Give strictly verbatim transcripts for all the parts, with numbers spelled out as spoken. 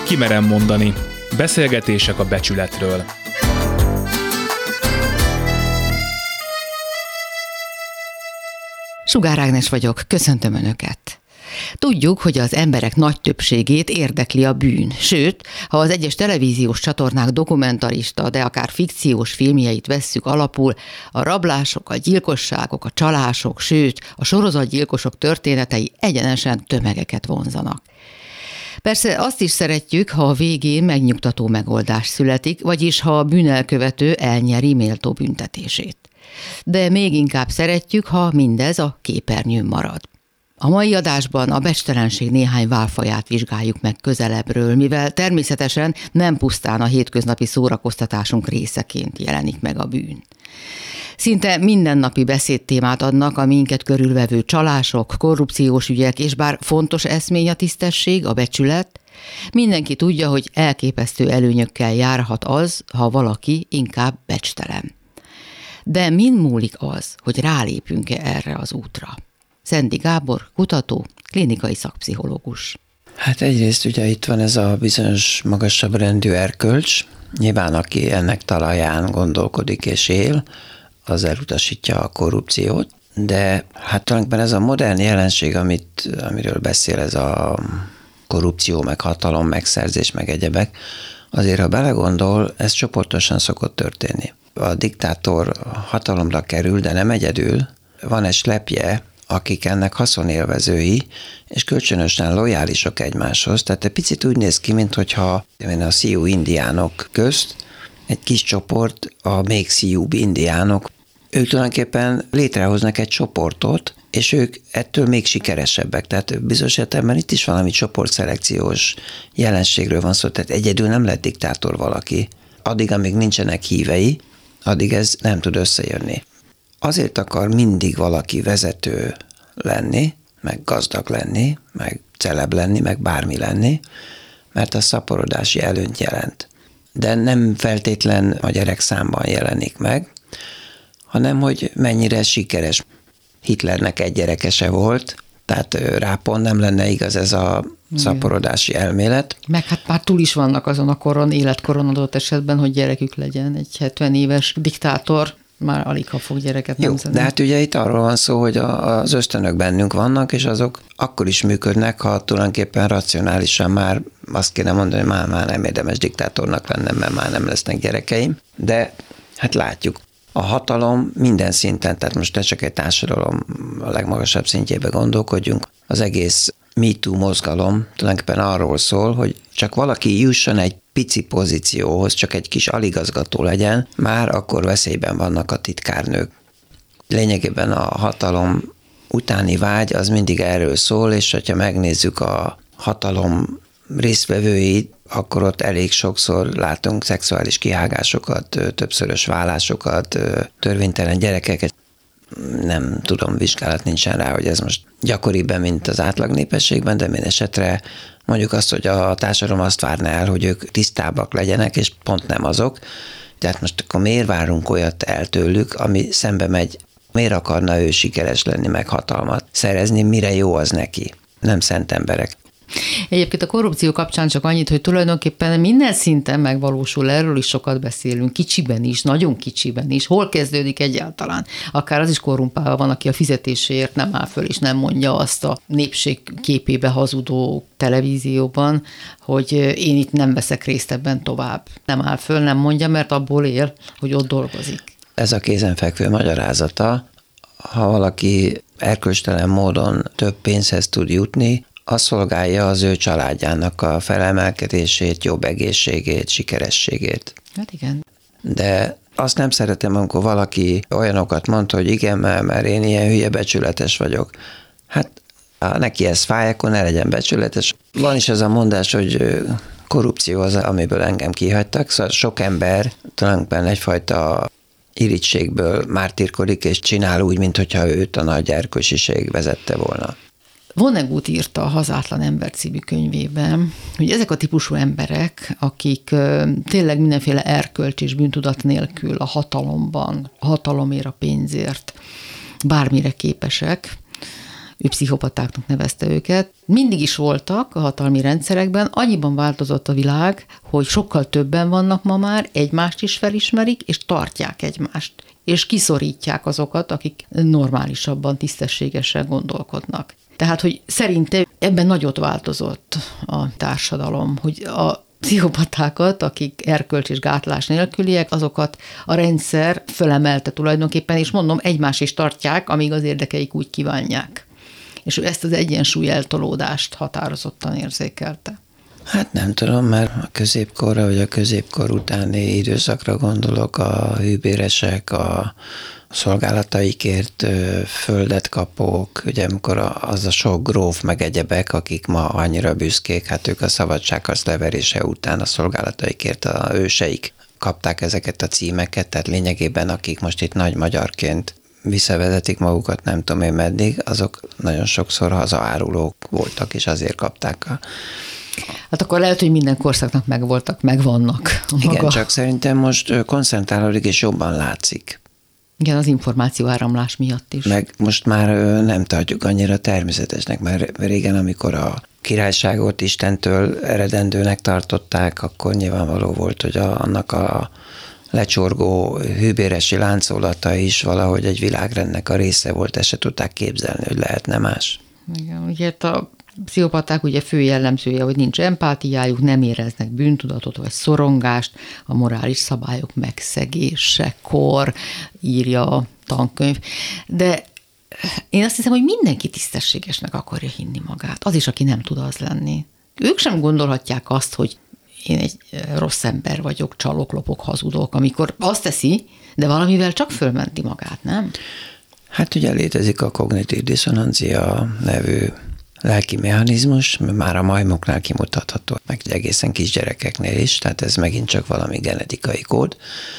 Kimerem mondani. Beszélgetések a becsületről. Sugár Ágnes vagyok, köszöntöm Önöket. Tudjuk, hogy az emberek nagy többségét érdekli a bűn, sőt, ha az egyes televíziós csatornák dokumentarista, de akár fikciós filmjeit vesszük alapul, a rablások, a gyilkosságok, a csalások, sőt, a sorozatgyilkosok történetei egyenesen tömegeket vonzanak. Persze azt is szeretjük, ha a végén megnyugtató megoldás születik, vagyis ha a bűnelkövető elnyeri méltó büntetését. De még inkább szeretjük, ha mindez a képernyőn marad. A mai adásban a becstelenség néhány válfaját vizsgáljuk meg közelebbről, mivel természetesen nem pusztán a hétköznapi szórakoztatásunk részeként jelenik meg a bűn. Szinte mindennapi beszédtémát adnak a minket körülvevő csalások, korrupciós ügyek, és bár fontos eszmény a tisztesség, a becsület, mindenki tudja, hogy elképesztő előnyökkel járhat az, ha valaki inkább becstelen. De min múlik az, hogy rálépünk-e erre az útra? Szendi Gábor, kutató, klinikai szakpszichológus. Hát egyrészt ugye itt van ez a bizonyos magasabb rendű erkölcs. Nyilván aki ennek talaján gondolkodik és él, az elutasítja a korrupciót. De hát tulajdonképpen ez a modern jelenség, amit, amiről beszél, ez a korrupció, meg hatalom, megszerzés, meg egyebek, azért ha belegondol, ez csoportosan szokott történni. A diktátor hatalomra kerül, de nem egyedül, van egy slepje, akik ennek haszonélvezői, és kölcsönösen lojálisok egymáshoz. Tehát egy picit úgy néz ki, mintha a szíjú indiánok közt egy kis csoport, a még szíjúbb indiánok, ők tulajdonképpen létrehoznak egy csoportot, és ők ettől még sikeresebbek. Tehát bizonyos értelemben itt is valami csoportszelekciós jelenségről van szó, tehát egyedül nem lett diktátor valaki. Addig, amíg nincsenek hívei, addig ez nem tud összejönni. Azért akar mindig valaki vezető lenni, meg gazdag lenni, meg celeb lenni, meg bármi lenni, mert a szaporodási előnyt jelent. De nem feltétlen a gyerekszámban jelenik meg, hanem hogy mennyire sikeres. Hitlernek egy gyereke se volt, tehát rá pont nem lenne igaz ez a szaporodási elmélet. Meg hát már túl is vannak azon a koron, életkoron adott esetben, hogy gyerekük legyen. Egy hetven éves diktátor már alig ha fog gyereket nemzeni. Jó, de hát ugye itt arról van szó, hogy az ösztönök bennünk vannak, és azok akkor is működnek, ha tulajdonképpen racionálisan már azt kéne mondani, hogy már, már nem érdemes diktátornak lennem, mert már nem lesznek gyerekeim. De hát látjuk, a hatalom minden szinten, tehát most ne csak egy társadalom a legmagasabb szintjébe gondolkodjunk, az egész MeToo mozgalom tulajdonképpen arról szól, hogy csak valaki jusson egy pici pozícióhoz, csak egy kis aligazgató legyen, már akkor veszélyben vannak a titkárnők. Lényegében a hatalom utáni vágy az mindig erről szól, és ha megnézzük a hatalom résztvevőit, akkor ott elég sokszor látunk szexuális kihágásokat, többszörös vállásokat, törvénytelen gyerekeket. Nem tudom, vizsgálat nincsen rá, hogy ez most gyakoribb, mint az átlag népességben, de minden esetre mondjuk azt, hogy a társadalom azt várná el, hogy ők tisztábbak legyenek, és pont nem azok. Tehát most akkor miért várunk olyat el tőlük, ami szembe megy, miért akarna ő sikeres lenni, meg hatalmat szerezni, mire jó az neki? Nem szent emberek. Egyébként a korrupció kapcsán csak annyit, hogy tulajdonképpen minden szinten megvalósul, erről is sokat beszélünk, kicsiben is, nagyon kicsiben is. Hol kezdődik egyáltalán? Akár az is korrumpálva van, aki a fizetéséért nem áll föl, és nem mondja azt a népség képébe hazudó televízióban, hogy én itt nem veszek részt ebben tovább. Nem áll föl, nem mondja, mert abból él, hogy ott dolgozik. Ez a kézenfekvő magyarázata, ha valaki erkölcstelen módon több pénzhez tud jutni, az szolgálja az ő családjának a felemelkedését, jobb egészségét, sikerességét. Hát igen. De azt nem szeretem, amikor valaki olyanokat mond, hogy igen, mert én ilyen hülye becsületes vagyok. Hát ha neki ez fáj, akkor ne legyen becsületes. Van is ez a mondás, hogy korrupció az, amiből engem kihagytak, szóval sok ember tulajdonképpen egyfajta irítségből mártírkodik, és csinál úgy, mintha őt a nagy erkölcsiség vezette volna. Vonnegut írta a Hazátlan ember című könyvében, hogy ezek a típusú emberek, akik tényleg mindenféle erkölcs és bűntudat nélkül a hatalomban, a hatalomért, a pénzért bármire képesek, ő pszichopatáknak nevezte őket. Mindig is voltak a hatalmi rendszerekben, annyiban változott a világ, hogy sokkal többen vannak ma már, egymást is felismerik, és tartják egymást, és kiszorítják azokat, akik normálisabban, tisztességesen gondolkodnak. Tehát, hogy szerintem ebben nagyot változott a társadalom, hogy a pszichopatákat, akik erkölcs és gátlás nélküliek, azokat a rendszer fölemelte tulajdonképpen, és mondom, egymás is tartják, amíg az érdekeik úgy kívánják. És ő ezt az egyensúly eltolódást határozottan érzékelte. Hát nem tudom, mert a középkorra vagy a középkor utáni időszakra gondolok, a hűbéresek, a szolgálataikért földet kapók, ugye amikor az a sok gróf meg egyebek, akik ma annyira büszkék, hát ők a szabadságharc leverése után a szolgálataikért a őseik kapták ezeket a címeket, tehát lényegében akik most itt nagy magyarként visszavezetik magukat, nem tudom én meddig, azok nagyon sokszor hazaárulók voltak, és azért kapták a Hát akkor lehet, hogy minden korszaknak megvoltak, megvannak. Igen, maga. Csak szerintem most koncentrálódik, és jobban látszik. Igen, az információáramlás miatt is. Meg most már nem tartjuk annyira természetesnek, mert régen, amikor a királyságot Istentől eredendőnek tartották, akkor nyilvánvaló volt, hogy a, annak a lecsorgó hűbéresi láncolata is valahogy egy világrendnek a része volt, ezt se tudták képzelni, hogy lehetne más. Igen, ugye a pszichopaták ugye fő jellemzője, hogy nincs empátiájuk, nem éreznek bűntudatot vagy szorongást, a morális szabályok megszegésekor, írja a tankönyv. De én azt hiszem, hogy mindenki tisztességesnek akarja hinni magát. Az is, aki nem tud az lenni. Ők sem gondolhatják azt, hogy én egy rossz ember vagyok, csalok, lopok, hazudok, amikor azt teszi, de valamivel csak fölmenti magát, nem? Hát ugye létezik a kognitív diszonancia nevű lelki mechanizmus, már a majmoknál kimutatható, meg egészen kisgyerekeknél is, tehát ez megint csak valami genetikai kód.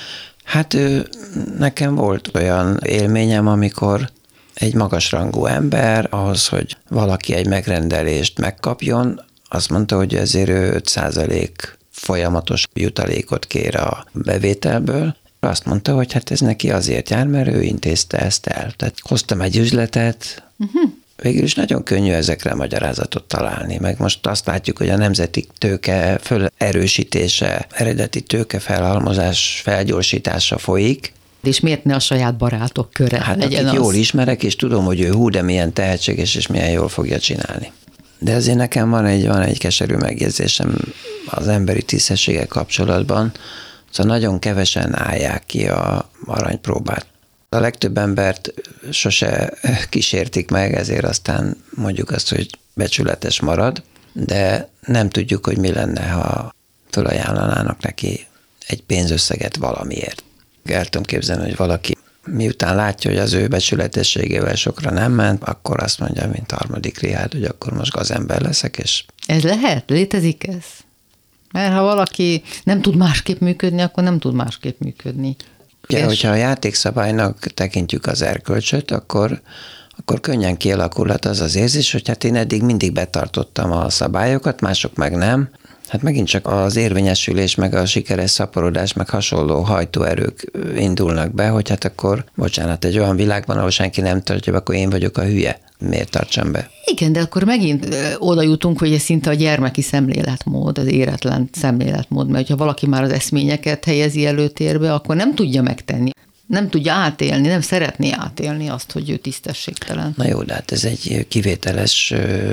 Hát nekem volt olyan élményem, amikor egy magasrangú ember ahhoz, hogy valaki egy megrendelést megkapjon, azt mondta, hogy ezért ő öt százalék folyamatos jutalékot kér a bevételből. Azt mondta, hogy hát ez neki azért jár, mert ő intézte ezt el. Tehát hoztam egy üzletet, uh-huh. Végül is nagyon könnyű ezekre magyarázatot találni, meg most azt látjuk, hogy a nemzeti tőke fölerősítése, eredeti tőke felhalmozás felgyorsítása folyik. És miért ne a saját barátok köre hát legyen akit az? Jól ismerek, és tudom, hogy ő hú, de milyen tehetséges, és milyen jól fogja csinálni. De azért nekem van egy, van egy keserű megjegyzésem az emberi tisztességgel kapcsolatban, szóval nagyon kevesen állják ki a aranypróbát. A legtöbb embert sose kísértik meg, ezért aztán mondjuk azt, hogy becsületes marad, de nem tudjuk, hogy mi lenne, ha felajánlanának neki egy pénzösszeget valamiért. El tudom képzelni, hogy valaki miután látja, hogy az ő becsületességével sokra nem ment, akkor azt mondja, mint harmadik Richárd, hogy akkor most gazember leszek, és... Ez lehet? Létezik ez? Mert ha valaki nem tud másképp működni, akkor nem tud másképp működni. Ugye, hogyha a játékszabálynak tekintjük az erkölcsöt, akkor, akkor könnyen kialakulhat az az érzés, hogy hát én eddig mindig betartottam a szabályokat, mások meg nem. Hát megint csak az érvényesülés, meg a sikeres szaporodás, meg hasonló hajtóerők indulnak be, hogy hát akkor, bocsánat, egy olyan világban, ahol senki nem tartja, akkor én vagyok a hülye. Miért tartsam be? Igen, de akkor megint oda jutunk, hogy ez szinte a gyermeki szemléletmód, az éretlen szemléletmód, mert ha valaki már az eszményeket helyezi előtérbe, akkor nem tudja megtenni. Nem tudja átélni, nem szeretné átélni azt, hogy ő tisztességtelen. Na jó, de hát ez egy kivételes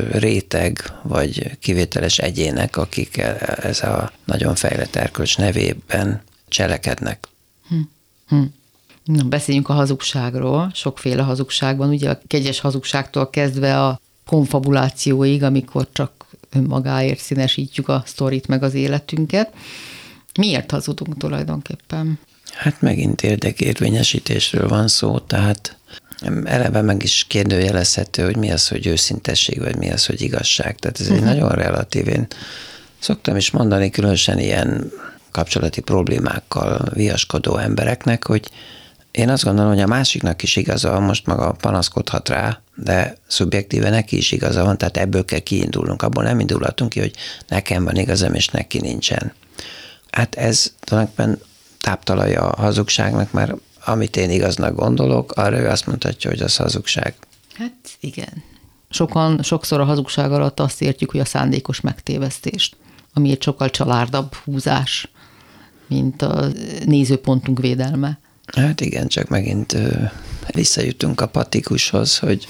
réteg, vagy kivételes egyének, akik ez a nagyon fejlett erkölcs nevében cselekednek. Hm. Hm. Na, beszéljünk a hazugságról. Sokféle hazugság van, ugye a kegyes hazugságtól kezdve a konfabulációig, amikor csak önmagáért színesítjük a sztorit meg az életünket. Miért hazudunk tulajdonképpen? Hát megint érdekérvényesítésről van szó, tehát eleve meg is kérdőjelezhető, hogy mi az, hogy őszintesség, vagy mi az, hogy igazság. Tehát ez egy uh-huh. nagyon relatív. Én szoktam is mondani, különösen ilyen kapcsolati problémákkal viaskodó embereknek, hogy én azt gondolom, hogy a másiknak is igaza van, most maga panaszkodhat rá, de szubjektíve neki is igaza van, tehát ebből kell kiindulnunk. Abból nem indulhatunk ki, hogy nekem van igazam, és neki nincsen. Hát ez tulajdonképpen táptalaja a hazugságnak, mert amit én igaznak gondolok, arra ő azt mondhatja, hogy az hazugság. Hát igen. Sokan, sokszor a hazugság alatt azt értjük, hogy a szándékos megtévesztést, ami egy sokkal csalárdabb húzás, mint a nézőpontunk védelme. Hát igen, csak megint visszajutunk a patikushoz, hogy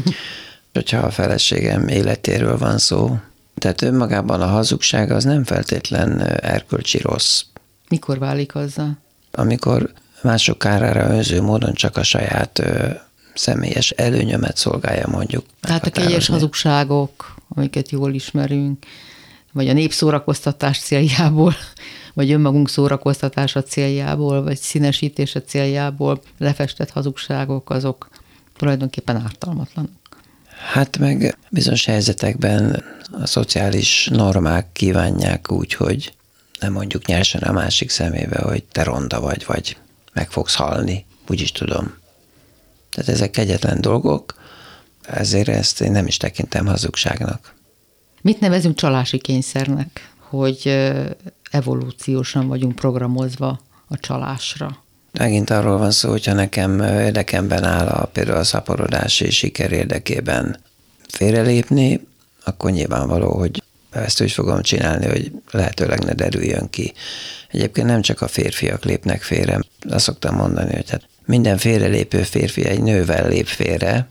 hogyha a feleségem életéről van szó, tehát önmagában a hazugság az nem feltétlen erkölcsi rossz. Mikor válik azzá? Amikor mások kárára önző módon csak a saját ö, személyes előnyömet szolgálja, mondjuk. Tehát a kegyes hazugságok, amiket jól ismerünk, vagy a népszórakoztatás céljából, vagy önmagunk szórakoztatása céljából, vagy színesítése céljából lefestett hazugságok, azok tulajdonképpen ártalmatlanok. Hát meg bizonyos helyzetekben a szociális normák kívánják úgy, hogy nem mondjuk nyersen a másik szemébe, hogy te ronda vagy, vagy meg fogsz halni, úgyis tudom. Tehát ezek kegyetlen dolgok, ezért ezt én nem is tekintem hazugságnak. Mit nevezünk csalási kényszernek, hogy evolúciósan vagyunk programozva a csalásra? Megint arról van szó, hogyha nekem érdekemben áll a, például a szaporodási siker érdekében félrelépni, akkor nyilvánvaló, hogy ezt úgy fogom csinálni, hogy lehetőleg ne derüljön ki. Egyébként nem csak a férfiak lépnek félre. Azt szoktam mondani, hogy hát minden félrelépő férfi egy nővel lép félre,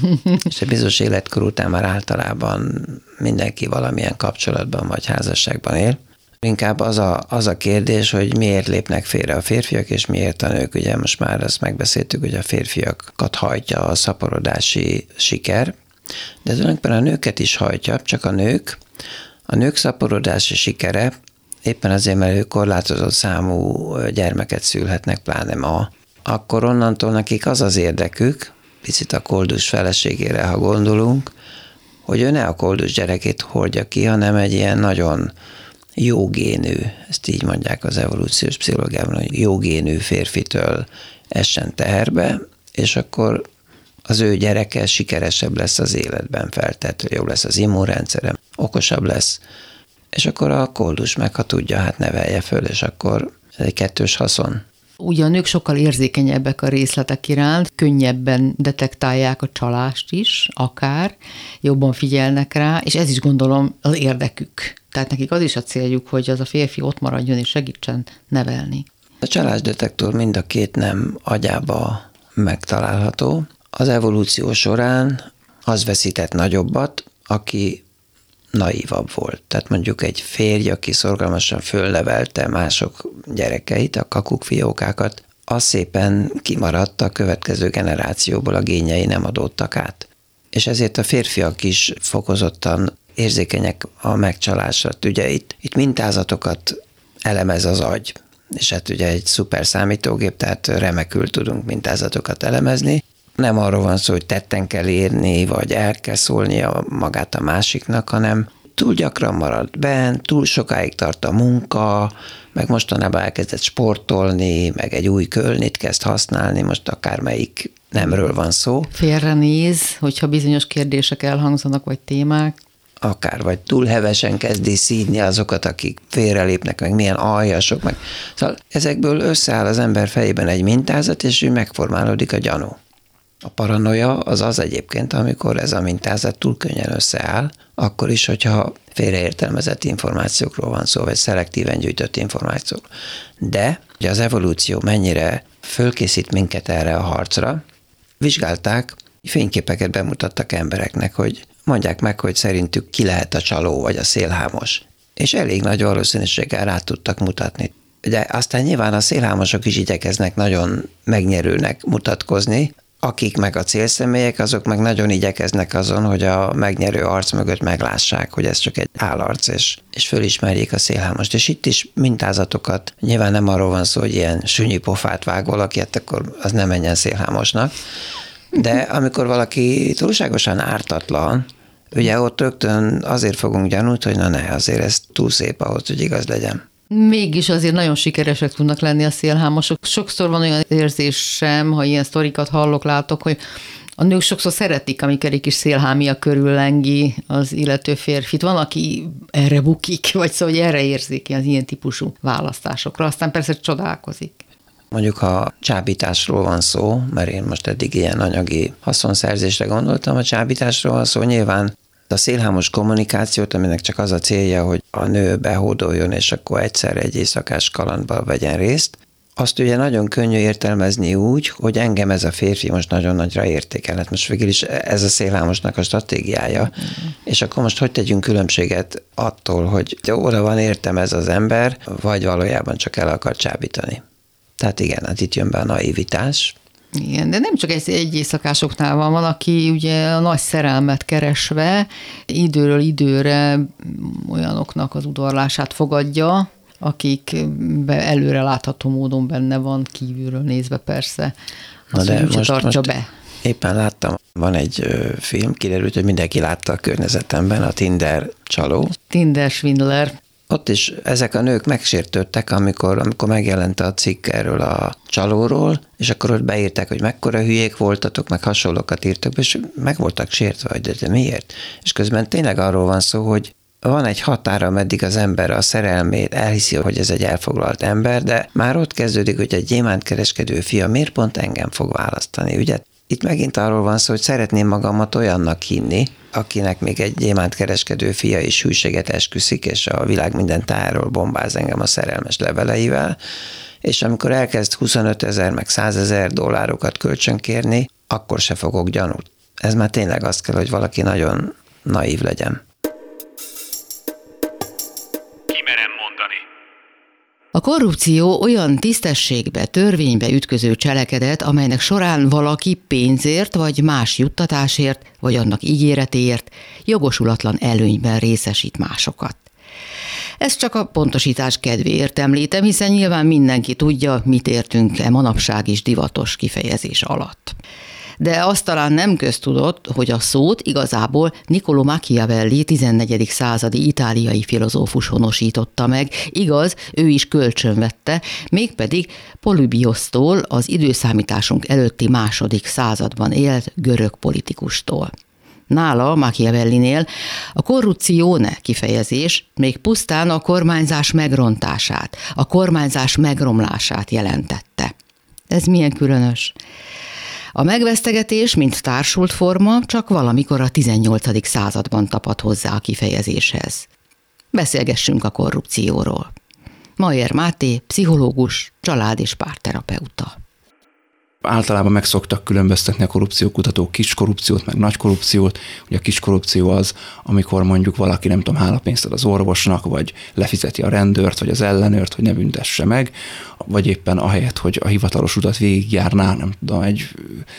és egy bizonyos életkor után már általában mindenki valamilyen kapcsolatban vagy házasságban él. Inkább az a, az a kérdés, hogy miért lépnek félre a férfiak, és miért a nők. Ugye most már azt megbeszéltük, hogy a férfiakat hajtja a szaporodási siker, de tulajdonképpen a nőket is hajtja, csak a nők. A nők szaporodási sikere éppen azért, mert ők korlátozott számú gyermeket szülhetnek, pláne ma, akkor onnantól nekik az az érdekük, picit a koldus feleségére, ha gondolunk, hogy ő ne a koldus gyerekét hordja ki, hanem egy ilyen nagyon jó génű, ezt így mondják az evolúciós pszichológiában, hogy jó génű férfitől essen teherbe, és akkor az ő gyereke sikeresebb lesz az életben feltett, jobb lesz az immunrendszere, okosabb lesz, és akkor a koldus meg, ha tudja, hát nevelje föl, és akkor ez egy kettős haszon. Ugye a nők sokkal érzékenyebbek a részletek iránt, könnyebben detektálják a csalást is, akár, jobban figyelnek rá, és ez is gondolom az érdekük. Tehát nekik az is a céljuk, hogy az a férfi ott maradjon és segítsen nevelni. A csalásdetektor mind a két nem agyába megtalálható. Az evolúció során az veszített nagyobbat, aki naívabb volt. Tehát mondjuk egy férj, aki szorgalmasan fölnevelte mások gyerekeit, a kakukfiókákat, az szépen kimaradt a következő generációból, a génjei nem adódtak át. És ezért a férfiak is fokozottan érzékenyek a megcsalásra. Ugye itt, itt mintázatokat elemez az agy, és hát ugye egy szuper számítógép, tehát remekül tudunk mintázatokat elemezni. Nem arról van szó, hogy tetten kell érni, vagy el kell szólnia magát a másiknak, hanem túl gyakran marad bent, túl sokáig tart a munka, meg mostanában elkezdett sportolni, meg egy új kölnit kezd használni, most akármelyik nemről van szó. Félrenéz, hogyha bizonyos kérdések elhangzanak, vagy témák. Akár, vagy túl hevesen kezdi szídni azokat, akik félrelépnek, meg milyen aljasok, meg. Szóval ezekből összeáll az ember fejében egy mintázat, és ő megformálódik a gyanú. A paranoia az az egyébként, amikor ez a mintázat túl könnyen összeáll, akkor is, hogyha félreértelmezett információkról van szó, vagy szelektíven gyűjtött információkról. De hogy az evolúció mennyire fölkészít minket erre a harcra, vizsgálták, fényképeket bemutattak embereknek, hogy mondják meg, hogy szerintük ki lehet a csaló, vagy a szélhámos. És elég nagy valószínűséggel rá tudtak mutatni. De aztán nyilván a szélhámosok is igyekeznek nagyon megnyerőnek mutatkozni, akik meg a célszemélyek, azok meg nagyon igyekeznek azon, hogy a megnyerő arc mögött meglássák, hogy ez csak egy állarc, és, és fölismerjék a szélhámost. És itt is mintázatokat, nyilván nem arról van szó, hogy ilyen sünyi pofát vág valaki, hát akkor az nem menjen szélhámosnak. De amikor valaki túlságosan ártatlan, ugye ott rögtön azért fogunk gyanút, hogy na ne, azért ez túl szép ahhoz, hogy igaz legyen. Mégis azért nagyon sikeresek tudnak lenni a szélhámosok. Sokszor van olyan érzésem, ha ilyen sztorikat hallok, látok, hogy a nők sokszor szeretik, amikor egy kis szélhámia körüllengi az illető férfit. Van, aki erre bukik, vagy szóval, hogy erre érzik az ilyen típusú választásokra. Aztán persze csodálkozik. Mondjuk, ha csábításról van szó, mert én most eddig ilyen anyagi haszonszerzésre gondoltam, a csábításról van szó, nyilván a szélhámos kommunikációt, aminek csak az a célja, hogy a nő behódoljon, és akkor egyszerre egy éjszakás kalandba vegyen részt, azt ugye nagyon könnyű értelmezni úgy, hogy engem ez a férfi most nagyon nagyra értékel. Hát most végül is ez a szélhámosnak a stratégiája. Mm. És akkor most hogy tegyünk különbséget attól, hogy oda van értem ez az ember, vagy valójában csak el akar csábítani. Tehát igen, hát itt jön be a naivitás. Igen, de nem csak egy, egy éjszakásoknál van, van, aki ugye a nagy szerelmet keresve időről időre olyanoknak az udorlását fogadja, akik előre látható módon benne van, kívülről nézve persze, azt, hogy most, tartja most be. Éppen láttam, van egy ö, film, kiderült, hogy mindenki látta a környezetemben, a Tinder csaló. Tinder Swindler. Ott is ezek a nők megsértődtek, amikor, amikor megjelent a cikk erről a csalóról, és akkor ott beírták, hogy mekkora hülyék voltatok, meg hasonlókat írtak, és meg voltak sértve, hogy de, de miért? És közben tényleg arról van szó, hogy van egy határa, ameddig az ember a szerelmét elhiszi, hogy ez egy elfoglalt ember, de már ott kezdődik, hogy egy gyémántkereskedő fia miért pont engem fog választani, ugye? Itt megint arról van szó, hogy szeretném magamat olyannak hinni, akinek még egy gyémántkereskedő fia is hűséget esküszik, és a világ minden tájáról bombáz engem a szerelmes leveleivel, és amikor elkezd huszonöt ezer meg száz ezer dollárokat kölcsönkérni, akkor se fogok gyanút. Ez már tényleg azt kell, hogy valaki nagyon naív legyen. A korrupció olyan tisztességbe, törvénybe ütköző cselekedet, amelynek során valaki pénzért vagy más juttatásért, vagy annak ígéretéért jogosulatlan előnyben részesít másokat. Ezt csak a pontosítás kedvéért említem, hiszen nyilván mindenki tudja, mit értünk e manapság is divatos kifejezés alatt. De azt talán nem köztudott, hogy a szót igazából Niccolò Machiavelli tizennegyedik századi itáliai filozófus honosította meg, igaz, ő is kölcsönvette, mégpedig Polybiosztól, az időszámításunk előtti második században élt görög politikustól. Nála, Machiavellinél a korrupcióne kifejezés még pusztán a kormányzás megrontását, a kormányzás megromlását jelentette. Ez milyen különös? A megvesztegetés, mint társult forma, csak valamikor a tizennyolcadik században tapad hozzá a kifejezéshez. Beszélgessünk a korrupcióról. Mayer Máté, pszichológus, család- és párterapeuta. Általában meg szoktak különböztetni a korrupciókutatók kis korrupciót, meg nagy korrupciót. Ugye a kis korrupció az, amikor mondjuk valaki nem tudom, hálapénzt ad az orvosnak, vagy lefizeti a rendőrt, vagy az ellenőrt, hogy ne büntesse meg, vagy éppen ahelyett, hogy a hivatalos utat végigjárná, nem tudom, egy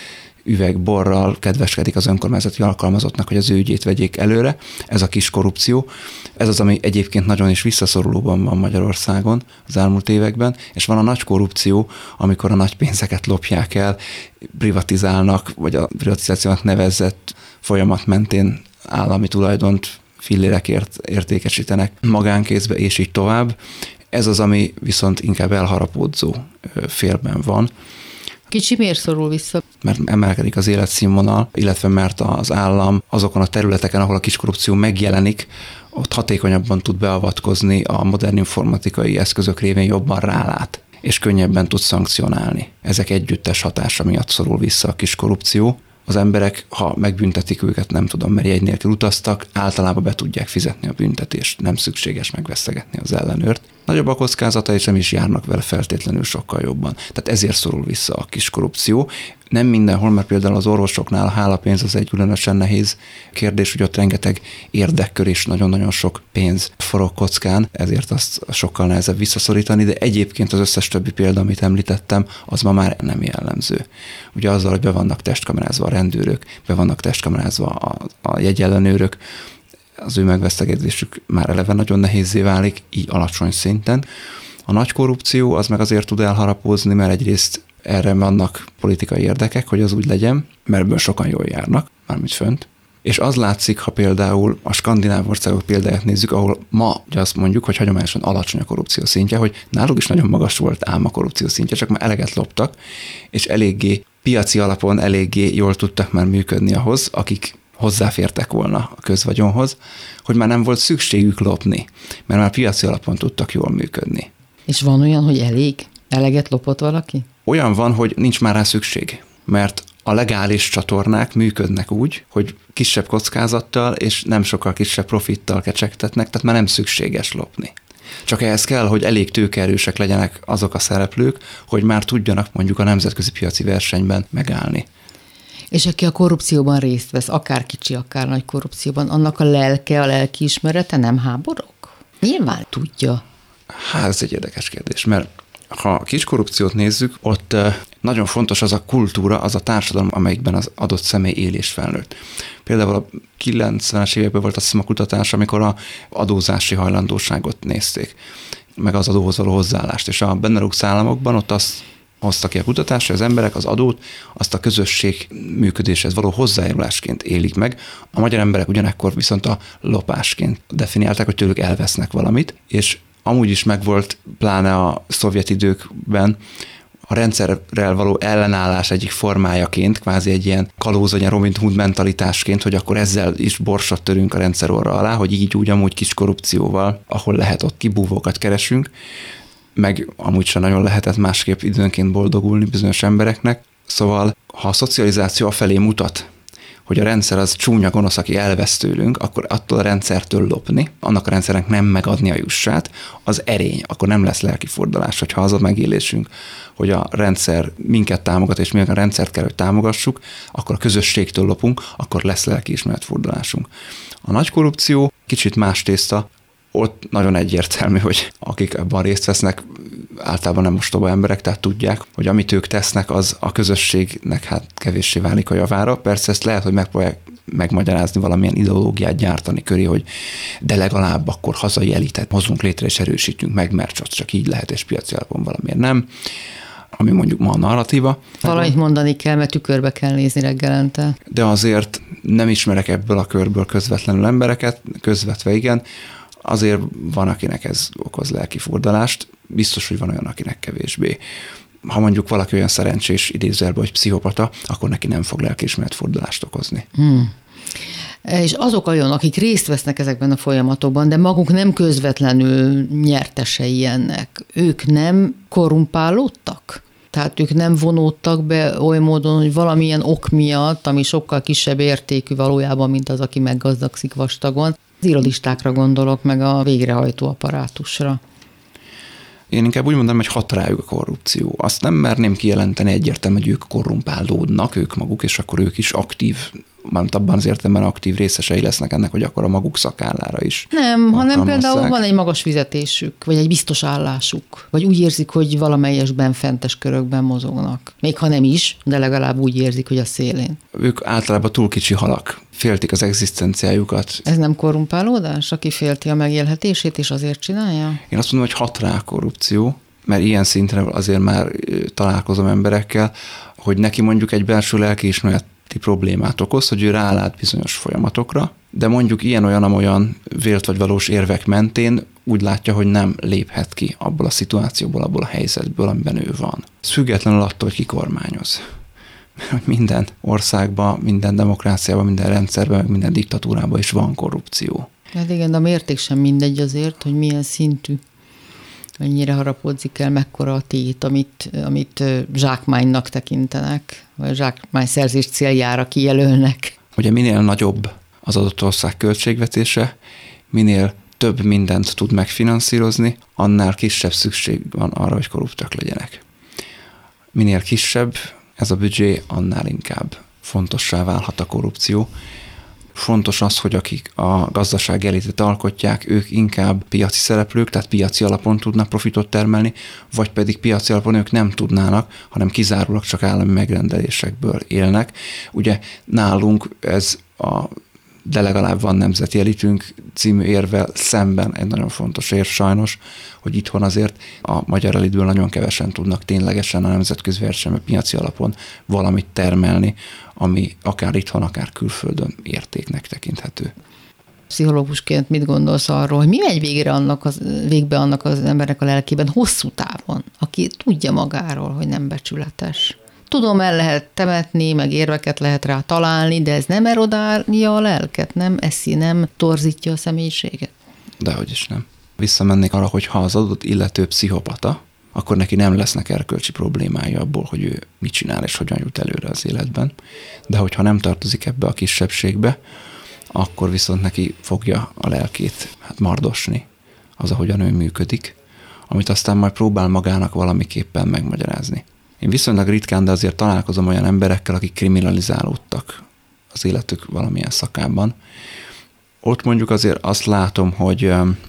üveg borral kedveskedik az önkormányzati alkalmazottnak, hogy az ő ügyét vegyék előre. Ez a kis korrupció. Ez az, ami egyébként nagyon is visszaszorulóban van Magyarországon az elmúlt években, és van a nagy korrupció, amikor a nagy pénzeket lopják el, privatizálnak, vagy a privatizációnak nevezett folyamat mentén állami tulajdont fillérekért értékesítenek magánkézbe, és így tovább. Ez az, ami viszont inkább elharapódzó félben van. Kicsi miért szorul vissza? Mert emelkedik az életszínvonal, illetve mert az állam azokon a területeken, ahol a kis korrupció megjelenik, ott hatékonyabban tud beavatkozni, a modern informatikai eszközök révén jobban rálát, és könnyebben tud szankcionálni. Ezek együttes hatása miatt szorul vissza a kis korrupció. Az emberek, ha megbüntetik őket, nem tudom, mert jegy nélkül utaztak, általában be tudják fizetni a büntetést, nem szükséges megvesztegetni az ellenőrt. Nagyobb a kockázata, és nem is járnak vele feltétlenül sokkal jobban. Tehát ezért szorul vissza a kis korrupció. Nem mindenhol, mert például az orvosoknál a hálapénz az egy különösen nehéz kérdés, hogy ott rengeteg érdekkör és nagyon-nagyon sok pénz forog kockán, ezért azt sokkal nehezebb visszaszorítani, de egyébként az összes többi példa, amit említettem, az ma már nem jellemző. Ugye azzal, hogy be vannak testkamerázva a rendőrök, be vannak testkamerázva a, a jegyellenőrök, az ő megvesztegetésük már eleve nagyon nehézzé válik, így alacsony szinten. A nagy korrupció az meg azért tud elharapózni, mert egyrészt erre vannak politikai érdekek, hogy az úgy legyen, mert ebből sokan jól járnak, mármint fönt. És az látszik, ha például a skandináv országok példáját nézzük, ahol ma ugye azt mondjuk, hogy hagyományosan alacsony a korrupció szintje, hogy náluk is nagyon magas volt ám a korrupció szintje, csak már eleget loptak, és eléggé piaci alapon eléggé jól tudtak már működni ahhoz, akik hozzáfértek volna a közvagyonhoz, hogy már nem volt szükségük lopni, mert már piaci alapon tudtak jól működni. És van olyan, hogy elég? Eleget lopott valaki? Olyan van, hogy nincs már rá szükség, mert a legális csatornák működnek úgy, hogy kisebb kockázattal és nem sokkal kisebb profittal kecsegtetnek, tehát már nem szükséges lopni. Csak ehhez kell, hogy elég tőkeerősek legyenek azok a szereplők, hogy már tudjanak mondjuk a nemzetközi piaci versenyben megállni. És aki a korrupcióban részt vesz, akár kicsi, akár nagy korrupcióban, annak a lelke, a lelkiismerete nem háborog? Nyilván tudja. Hát ez egy érdekes kérdés, mert ha a kis korrupciót nézzük, ott nagyon fontos az a kultúra, az a társadalom, amelyikben az adott személy él és felnőtt. Például a kilencvenes években volt azt hiszem a kutatás, amikor a adózási hajlandóságot nézték, meg az adóhoz való hozzáállást. És a Benelux államokban ott azt hozta ki a kutatás, hogy az emberek az adót azt a közösség működéshez való hozzájárulásként élik meg. A magyar emberek ugyanekkor viszont a lopásként definiálták, hogy tőlük elvesznek valamit, és amúgy is megvolt, pláne a szovjet időkben, a rendszerrel való ellenállás egyik formájaként, kvázi egy ilyen kalóz, vagy ilyen Robin Hood mentalitásként, hogy akkor ezzel is borsot törünk a rendszer orra alá, hogy így úgy amúgy kis korrupcióval, ahol lehet, ott kibúvókat keresünk, meg amúgy sem nagyon lehetett másképp időnként boldogulni bizonyos embereknek. Szóval, ha a szocializáció afelé mutat, hogy a rendszer az csúnya gonosz, aki elvesz tőlünk, akkor attól a rendszertől lopni, annak a rendszernek nem megadni a jussát, az erény, akkor nem lesz lelkifordulás, hogyha az a megélésünk, hogy a rendszer minket támogat, és mi a rendszert kell, hogy támogassuk, akkor a közösségtől lopunk, akkor lesz lelkiismeretfordulásunk. A nagy korrupció kicsit más tészta, ott nagyon egyértelmű, hogy akik ebben részt vesznek, általában nem ostoba emberek, tehát tudják, hogy amit ők tesznek, az a közösségnek hát kevéssé válik a javára. Persze ezt lehet, hogy megpróbálják megmagyarázni, valamilyen ideológiát gyártani köré, hogy de legalább akkor hazai elitet hozunk létre és erősítjünk meg, mert csak, csak így lehet, és piaci alapon valamiért nem. Ami mondjuk ma a narratíva. Valamit mondani kell, mert tükörbe kell nézni reggelente. De azért nem ismerek ebből a körből közvetlenül embereket, közvetve igen, azért van, akinek ez okoz lelkifurdalást, biztos, hogy van olyan, akinek kevésbé. Ha mondjuk valaki olyan szerencsés idézőjelben, hogy pszichopata, akkor neki nem fog lelkiismeretfordulást okozni. Hmm. És azok olyan, akik részt vesznek ezekben a folyamatokban, de maguk nem közvetlenül nyertesei ennek, ők nem korrumpálódtak? Tehát ők nem vonódtak be oly módon, hogy valamilyen ok miatt, ami sokkal kisebb értékű valójában, mint az, aki meggazdagszik vastagon. Az irodistákra gondolok, meg a végrehajtó apparátusra. Én inkább úgy mondanám, hogy hat rájuk a korrupció. Azt nem merném kijelenteni egyértelműen, hogy ők korrumpálódnak, ők maguk, és akkor ők is aktív, mármint abban az értelemben aktív részesei lesznek ennek, hogy akkor a maguk szakállára is. Nem, hanem például van egy magas fizetésük, vagy egy biztos állásuk, vagy úgy érzik, hogy valamelyesben fentes körökben mozognak. Még ha nem is, de legalább úgy érzik, hogy a szélén. Ők általában túl kicsi halak, féltik az egzisztenciájukat. Ez nem korrumpálódás, aki félti a megélhetését, és azért csinálja? Én azt mondom, hogy hat rá a korrupció, mert ilyen szintre azért már találkozom emberekkel, hogy neki mondjuk egy belső lelkiismereti problémát okoz, hogy ő rálát bizonyos folyamatokra, de mondjuk ilyen-olyan-olyan vélt vagy valós érvek mentén úgy látja, hogy nem léphet ki abból a szituációból, abból a helyzetből, amiben ő van. Ez függetlenül attól, hogy ki kormányoz. Minden országban, minden demokráciában, minden rendszerben, minden diktatúrában is van korrupció. Hát igen, de a mérték sem mindegy azért, hogy milyen szintű, mennyire harapódzik el, mekkora a tét, amit, amit zsákmánynak tekintenek, vagy zsákmány szerzés céljára kijelölnek. Ugye minél nagyobb az adott ország költségvetése, minél több mindent tud megfinanszírozni, annál kisebb szükség van arra, hogy korruptak legyenek. Minél kisebb ez a büdzsé, annál inkább fontossá válhat a korrupció. Fontos az, hogy akik a gazdaság elitet alkotják, ők inkább piaci szereplők, tehát piaci alapon tudnak profitot termelni, vagy pedig piaci alapon ők nem tudnának, hanem kizárólag csak állami megrendelésekből élnek. Ugye nálunk ez a de legalább van nemzeti elitünk című érvel szemben egy nagyon fontos érv sajnos, hogy itthon azért a magyar elitből nagyon kevesen tudnak ténylegesen a nemzetközi versenyben piaci alapon valamit termelni, ami akár itthon, akár külföldön értéknek tekinthető. Pszichológusként mit gondolsz arról, hogy mi megy végre annak az, végbe annak az embernek a lelkében hosszú távon, aki tudja magáról, hogy nem becsületes? Tudom, el lehet temetni, meg érveket lehet rá találni, de ez nem erodálja a lelket, nem eszi, nem torzítja a személyiséget? Dehogy is nem. Visszamennék arra, hogy ha az adott illető pszichopata, akkor neki nem lesznek erkölcsi problémái abból, hogy ő mit csinál és hogyan jut előre az életben. De hogyha nem tartozik ebbe a kisebbségbe, akkor viszont neki fogja a lelkét hát mardosni az, ahogyan ő működik, amit aztán majd próbál magának valamiképpen megmagyarázni. Én viszonylag ritkán, de azért találkozom olyan emberekkel, akik kriminalizálódtak az életük valamilyen szakában. Ott mondjuk azért azt látom, hogy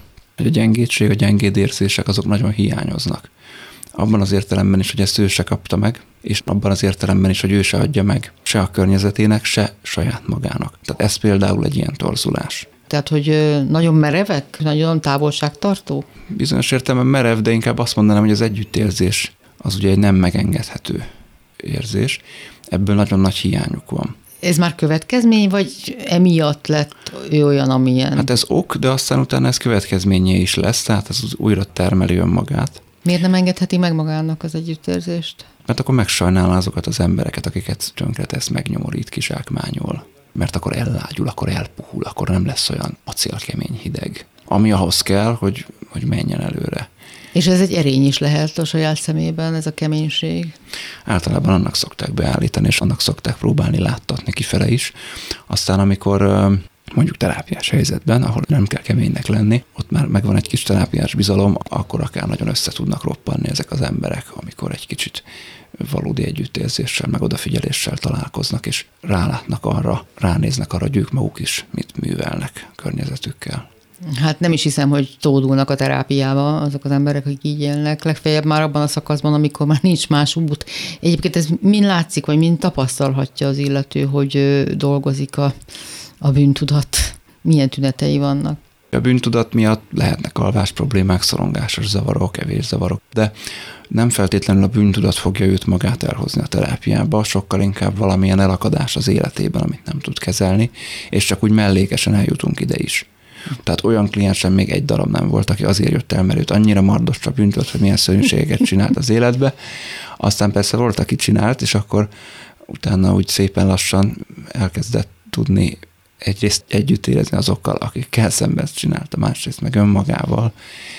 a gyengétség, a gyengéd érzések azok nagyon hiányoznak. Abban az értelemben is, hogy ezt ő se kapta meg, és abban az értelemben is, hogy ő se adja meg se a környezetének, se saját magának. Tehát ez például egy ilyen torzulás. Tehát, hogy nagyon merevek, nagyon távolságtartó? Bizonyos értelemben merev, de inkább azt mondanám, hogy az együttérzés az ugye egy nem megengedhető érzés. Ebből nagyon nagy hiányuk van. Ez már következmény, vagy emiatt lett ő olyan, amilyen? Hát ez ok, de aztán utána ez következménye is lesz, tehát ez újra termeli önmagát. Miért nem engedheti meg magának az együttérzést? Mert akkor megsajnálná azokat az embereket, akiket tönkretesz, megnyomorít, kizsákmányol. Mert akkor ellágyul, akkor elpuhul, akkor nem lesz olyan acélkemény hideg, ami ahhoz kell, hogy, hogy menjen előre. És ez egy erény is lehet a saját szemében, ez a keménység? Általában annak szokták beállítani, és annak szokták próbálni láttatni kifele is. Aztán amikor mondjuk terápiás helyzetben, ahol nem kell keménynek lenni, ott már megvan egy kis terápiás bizalom, akkor akár nagyon össze tudnak roppanni ezek az emberek, amikor egy kicsit valódi együttérzéssel, meg odafigyeléssel találkoznak, és rálátnak arra, ránéznek arra, hogy ők maguk is mit művelnek a környezetükkel. Hát nem is hiszem, hogy tódulnak a terápiába azok az emberek, akik így élnek. Legfeljebb már abban a szakaszban, amikor már nincs más út. Egyébként ez mind látszik, vagy mind tapasztalhatja az illető, hogy dolgozik a, a bűntudat. Milyen tünetei vannak? A bűntudat miatt lehetnek alvás problémák, szorongásos zavarok, evés zavarok, de nem feltétlenül a bűntudat fogja őt magát elhozni a terápiába, sokkal inkább valamilyen elakadás az életében, amit nem tud kezelni, és csak úgy mellékesen eljutunk ide is. Tehát olyan kliensem még egy darab nem volt, aki azért jött el, mert őt annyira mardosra bűntudat, hogy milyen szörnyűségeket csinált az életbe. Aztán persze volt, aki csinált, és akkor utána úgy szépen lassan elkezdett tudni egyrészt együtt érezni azokkal, akikkel szemben ezt csinálta, másrészt meg önmagával,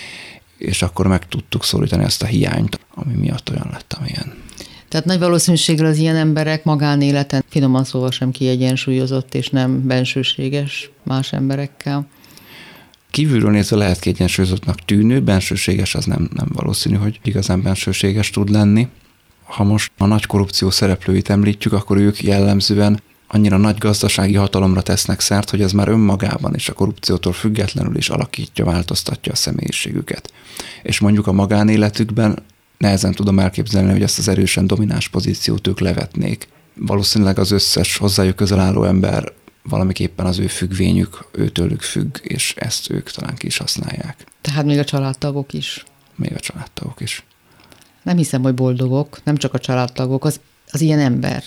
és akkor meg tudtuk szólítani ezt a hiányt, ami miatt olyan lett, amilyen. Tehát nagy valószínűséggel az ilyen emberek magánéleten finoman szóval sem kiegyensúlyozott, és nem bensőséges más emberekkel. Kívülről nézve lehet kiegyensúlyozottnak tűnő, bensőséges az nem, nem valószínű, hogy igazán bensőséges tud lenni. Ha most a nagy korrupció szereplőit említjük, akkor ők jellemzően annyira nagy gazdasági hatalomra tesznek szert, hogy ez már önmagában is a korrupciótól függetlenül is alakítja, változtatja a személyiségüket. És mondjuk a magánéletükben nehezen tudom elképzelni, hogy ezt az erősen domináns pozíciót ők levetnék. Valószínűleg az összes hozzájuk közel álló ember valamiképpen az ő függvényük, őtőlük függ, és ezt ők talán ki is használják. Tehát még a családtagok is. Még a családtagok is. Nem hiszem, hogy boldogok, nem csak a családtagok, az, az ilyen ember.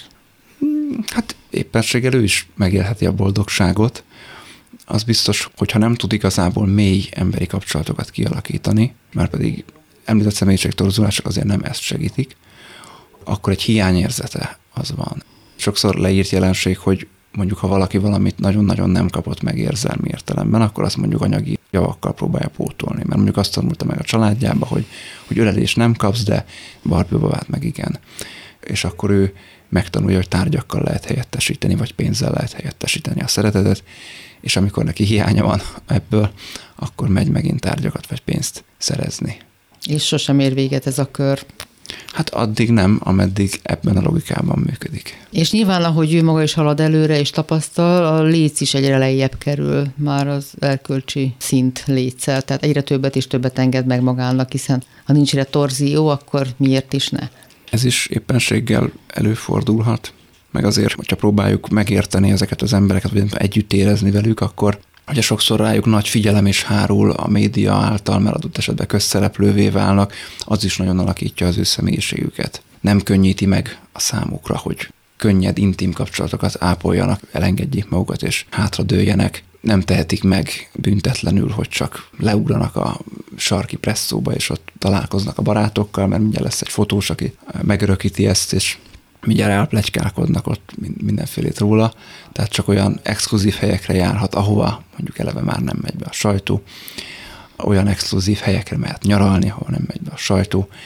Hát éppenséggel ő is megélheti a boldogságot. Az biztos, hogyha nem tud igazából mély emberi kapcsolatokat kialakítani, már pedig említett személyiségtorzulások azért nem ezt segítik, akkor egy hiányérzete az van. Sokszor leírt jelenség, hogy mondjuk ha valaki valamit nagyon-nagyon nem kapott meg érzelmi értelemben, akkor azt mondjuk anyagi javakkal próbálja pótolni. Mert mondjuk azt tanulta meg a családjába, hogy, hogy ölelést nem kapsz, de barbibabát meg igen. És akkor ő megtanulja, hogy tárgyakkal lehet helyettesíteni, vagy pénzzel lehet helyettesíteni a szeretetet, és amikor neki hiánya van ebből, akkor megy megint tárgyakat vagy pénzt szerezni. És sosem ér véget ez a kör. Hát addig nem, ameddig ebben a logikában működik. És nyilván, ahogy ő maga is halad előre és tapasztal, a léc is egyre lejjebb kerül már az erkölcsi szint létszel, tehát egyre többet és többet enged meg magának, hiszen ha nincs ide torzió, akkor miért is ne? Ez is éppenséggel előfordulhat, meg azért, hogyha próbáljuk megérteni ezeket az embereket, vagy együtt érezni velük, akkor ugye sokszor rájuk nagy figyelem is hárul a média által, mert adott esetben közszereplővé válnak, az is nagyon alakítja az ő személyiségüket. Nem könnyíti meg a számukra, hogy könnyed, intim kapcsolatokat ápoljanak, elengedjék magukat és hátradőljenek. Nem tehetik meg büntetlenül, hogy csak leugranak a sarki presszóba, és ott találkoznak a barátokkal, mert mindjárt lesz egy fotós, aki megörökíti ezt, és mindjárt elpletykálkodnak ott mindenfélét róla, tehát csak olyan exkluzív helyekre járhat, ahova mondjuk eleve már nem megy be a sajtó, olyan exkluzív helyekre mehet nyaralni, ahol nem megy be a sajtó,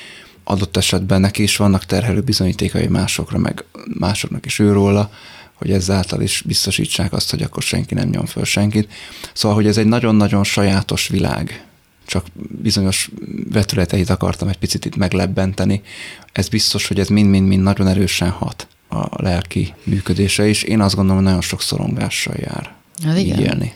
adott esetben neki is vannak terhelő bizonyítékai másokra, meg másoknak is őróla, hogy ezáltal is biztosítsák azt, hogy akkor senki nem nyom föl senkit. Szóval, hogy ez egy nagyon-nagyon sajátos világ. Csak bizonyos vetületeit akartam egy picit itt meglebbenteni. Ez biztos, hogy ez mind-mind-mind nagyon erősen hat a lelki működése is. Én azt gondolom, hogy nagyon sok szorongással jár hát így élni.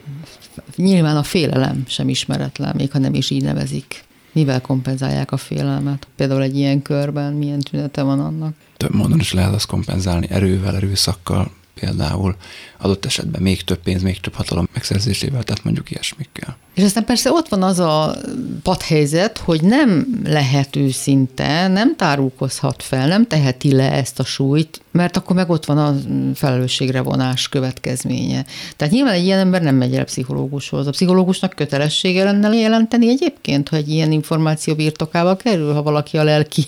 Nyilván a félelem sem ismeretlen, még ha nem is így nevezik. Mivel kompenzálják a félelmet? Például egy ilyen körben milyen tünete van annak? Több módon is lehet azt kompenzálni, erővel, erőszakkal, például adott esetben még több pénz, még több hatalom megszerzésével, tehát mondjuk ilyesmikkel. És aztán persze ott van az a padhelyzet, hogy nem lehet őszinte, nem tárulkozhat fel, nem teheti le ezt a súlyt, mert akkor meg ott van a felelősségre vonás következménye. Tehát nyilván egy ilyen ember nem megy el pszichológushoz. A pszichológusnak kötelessége lenne jelenteni egyébként, hogy ilyen információ birtokába kerül, ha valaki a lelki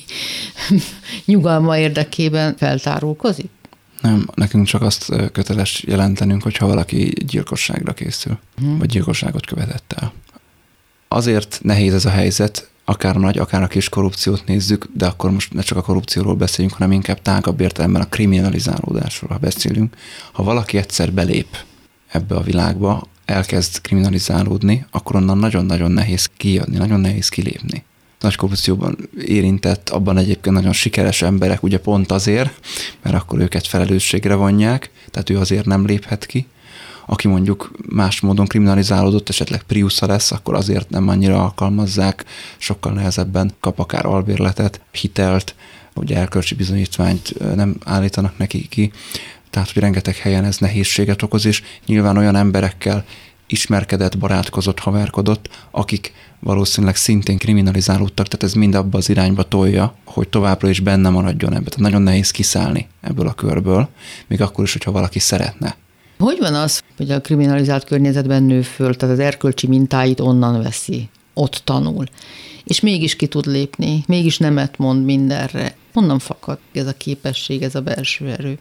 nyugalma érdekében feltárulkozik? Nem, nekünk csak azt köteles jelentenünk, hogyha valaki gyilkosságra készül, hmm. vagy gyilkosságot követett el. Azért nehéz ez a helyzet, akár nagy, akár a kis korrupciót nézzük, de akkor most ne csak a korrupcióról beszéljünk, hanem inkább tágabb értelemben a kriminalizálódásról, ha beszélünk. Ha valaki egyszer belép ebbe a világba, elkezd kriminalizálódni, akkor onnan nagyon-nagyon nehéz kijönni, nagyon nehéz kilépni. Nagy korrupcióban érintett, abban egyébként nagyon sikeres emberek, ugye pont azért, mert akkor őket felelősségre vonják, tehát ő azért nem léphet ki. Aki mondjuk más módon kriminalizálódott, esetleg Priusza lesz, akkor azért nem annyira alkalmazzák, sokkal nehezebben kap akár albérletet, hitelt, ugye erkölcsi bizonyítványt nem állítanak neki ki, tehát hogy rengeteg helyen ez nehézséget okoz, és nyilván olyan emberekkel ismerkedett, barátkozott, haverkodott, akik valószínűleg szintén kriminalizálódtak, tehát ez mind abba az irányba tolja, hogy továbbra is benne maradjon ebbe. Tehát nagyon nehéz kiszállni ebből a körből, még akkor is, hogyha valaki szeretne. Hogy van az, hogy a kriminalizált környezetben nő föl, tehát az erkölcsi mintáit onnan veszi, ott tanul, és mégis ki tud lépni, mégis nemet mond mindenre. Honnan fakad ez a képesség, ez a belső erő?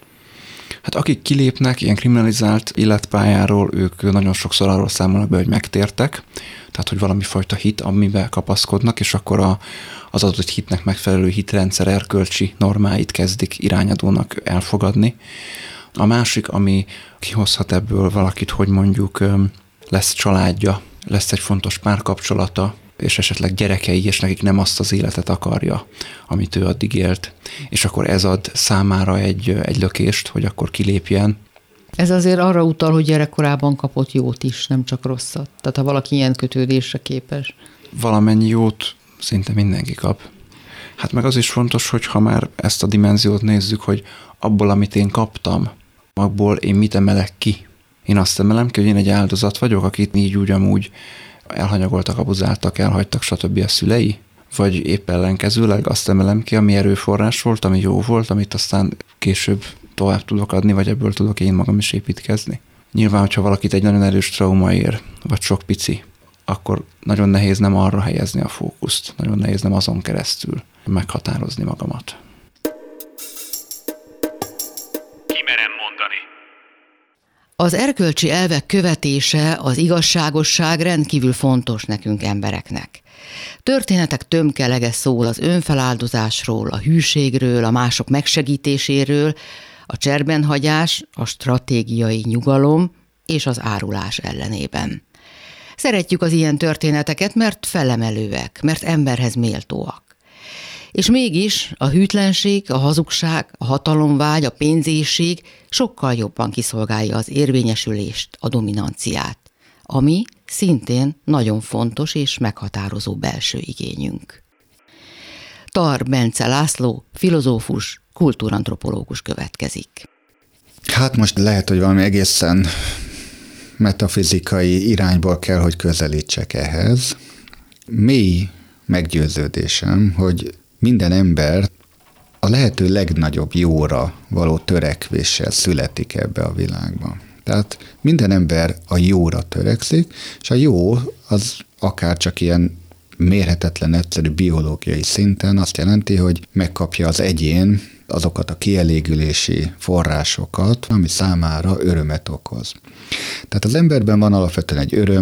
Hát akik kilépnek ilyen kriminalizált életpályáról, ők nagyon sokszor arról számolnak be, hogy megtértek, tehát hogy valami fajta hit, amiben kapaszkodnak, és akkor a, az adott hitnek megfelelő hitrendszer erkölcsi normáit kezdik irányadónak elfogadni. A másik, ami kihozhat ebből valakit, hogy mondjuk lesz családja, lesz egy fontos párkapcsolata, és esetleg gyerekei, és nekik nem azt az életet akarja, amit ő addig élt. És akkor ez ad számára egy, egy lökést, hogy akkor kilépjen. Ez azért arra utal, hogy gyerekkorában kapott jót is, nem csak rosszat. Tehát ha valaki ilyen kötődésre képes. Valamennyi jót szinte mindenki kap. Hát meg az is fontos, hogy ha már ezt a dimenziót nézzük, hogy abból, amit én kaptam, abból én mit emelek ki. Én azt emelem ki, hogy én egy áldozat vagyok, akit így úgy amúgy elhanyagoltak, abuzáltak, elhagytak, stb. A szülei? Vagy épp ellenkezőleg azt emelem ki, ami erőforrás volt, ami jó volt, amit aztán később tovább tudok adni, vagy ebből tudok én magam is építkezni. Nyilván, hogyha valakit egy nagyon erős trauma ér, vagy sok pici, akkor nagyon nehéz nem arra helyezni a fókuszt, nagyon nehéz nem azon keresztül meghatározni magamat. Kimerem mondani. Az erkölcsi elvek követése, az igazságosság rendkívül fontos nekünk embereknek. Történetek tömkelege szól az önfeláldozásról, a hűségről, a mások megsegítéséről, a cserbenhagyás, a stratégiai nyugalom és az árulás ellenében. Szeretjük az ilyen történeteket, mert felemelőek, mert emberhez méltóak. És mégis a hűtlenség, a hazugság, a hatalomvágy, a pénzésség sokkal jobban kiszolgálja az érvényesülést, a dominanciát, ami szintén nagyon fontos és meghatározó belső igényünk. Tar Bence László, filozófus, kultúrantropológus következik. Hát most lehet, hogy valami egészen metafizikai irányból kell, hogy közelítsek ehhez. Mély meggyőződésem, hogy minden ember a lehető legnagyobb jóra való törekvéssel születik ebbe a világba. Tehát minden ember a jóra törekszik, és a jó az akár csak ilyen mérhetetlen egyszerű biológiai szinten azt jelenti, hogy megkapja az egyén azokat a kielégülési forrásokat, ami számára örömet okoz. Tehát az emberben van alapvetően egy öröm,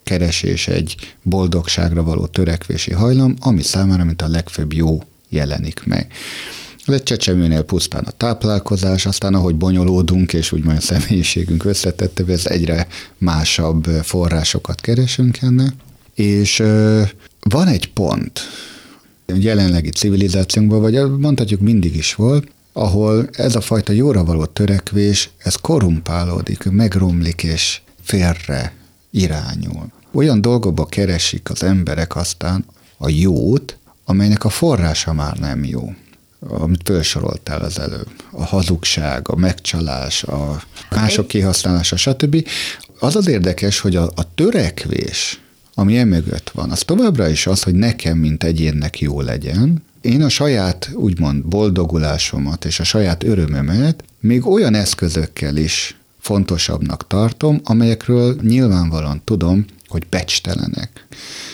keresés, egy boldogságra való törekvési hajlam, ami számára, mint a legfőbb jó jelenik meg. Ez egy csecsemőnél pusztán a táplálkozás, aztán ahogy bonyolódunk, és úgymond a személyiségünk összetettebb, ez egyre másabb forrásokat keresünk ennek. És ö, van egy pont, jelenlegi civilizációnkban, vagy mondhatjuk mindig is volt, ahol ez a fajta jóra való törekvés, ez korrumpálódik, megromlik és félre irányul. Olyan dolgokba keresik az emberek aztán a jót, amelynek a forrása már nem jó, amit felsoroltál az előbb. A hazugság, a megcsalás, a mások kihasználása, stb. Az az érdekes, hogy a, a törekvés, ami emögött van, az továbbra is az, hogy nekem, mint egyénnek jó legyen. Én a saját, úgymond boldogulásomat és a saját örömömet még olyan eszközökkel is fontosabbnak tartom, amelyekről nyilvánvalóan tudom, hogy becstelenek.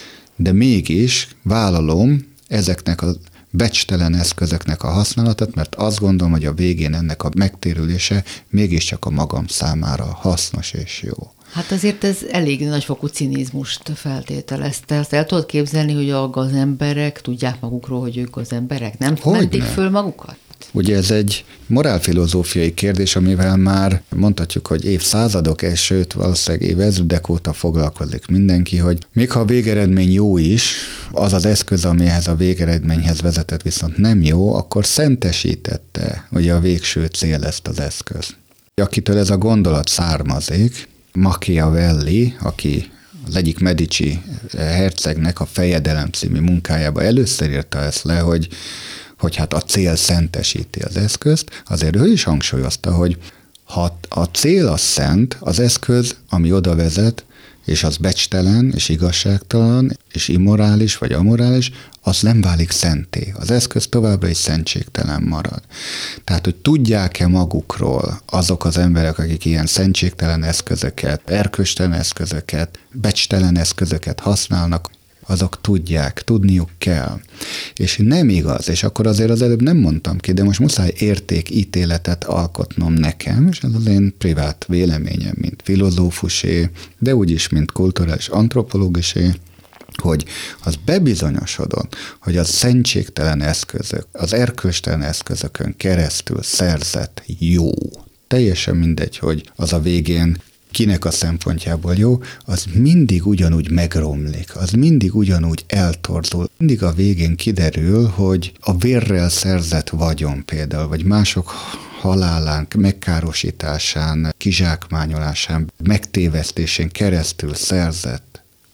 De mégis vállalom ezeknek a becstelen eszközöknek a használatát, mert azt gondolom, hogy a végén ennek a megtérülése mégiscsak a magam számára hasznos és jó. Hát azért ez elég nagyfokú cinizmust feltételezte. Azt el tudod képzelni, hogy az emberek tudják magukról, hogy ők az emberek? Nem Hogyne? mentik föl magukat? Ugye ez egy morálfilozófiai kérdés, amivel már mondhatjuk, hogy évszázadok, és sőt valószínűleg évezredek óta foglalkozik mindenki, hogy még ha a végeredmény jó is, az az eszköz, amihez a végeredményhez vezetett, viszont nem jó, akkor szentesítette ugye a végső cél ezt az eszköz. Akitől ez a gondolat származik, Machiavelli, aki az egyik Medici hercegnek a Fejedelem című munkájába először írta ezt le, hogy, hogy hát a cél szentesíti az eszközt, azért ő is hangsúlyozta, hogy ha a cél az szent, az eszköz, ami oda vezet, és az becstelen, és igazságtalan, és immorális, vagy amorális, az nem válik szenté. Az eszköz továbbra is szentségtelen marad. Tehát, hogy tudják-e magukról azok az emberek, akik ilyen szentségtelen eszközöket, erkölcstelen eszközöket, becstelen eszközöket használnak, azok tudják, tudniuk kell. És nem igaz, és akkor azért az előbb nem mondtam ki, de most muszáj értékítéletet alkotnom nekem, és ez az én privát véleményem, mint filozófusé, de úgyis, mint kulturális antropológusé, hogy az bebizonyosodott, hogy a szentségtelen eszközök, az erkölcstelen eszközökön keresztül szerzett jó, teljesen mindegy, hogy az a végén kinek a szempontjából jó, az mindig ugyanúgy megromlik, az mindig ugyanúgy eltorzul. Mindig a végén kiderül, hogy a vérrel szerzett vagyon például, vagy mások halálán, megkárosításán, kizsákmányolásán, megtévesztésén keresztül szerzett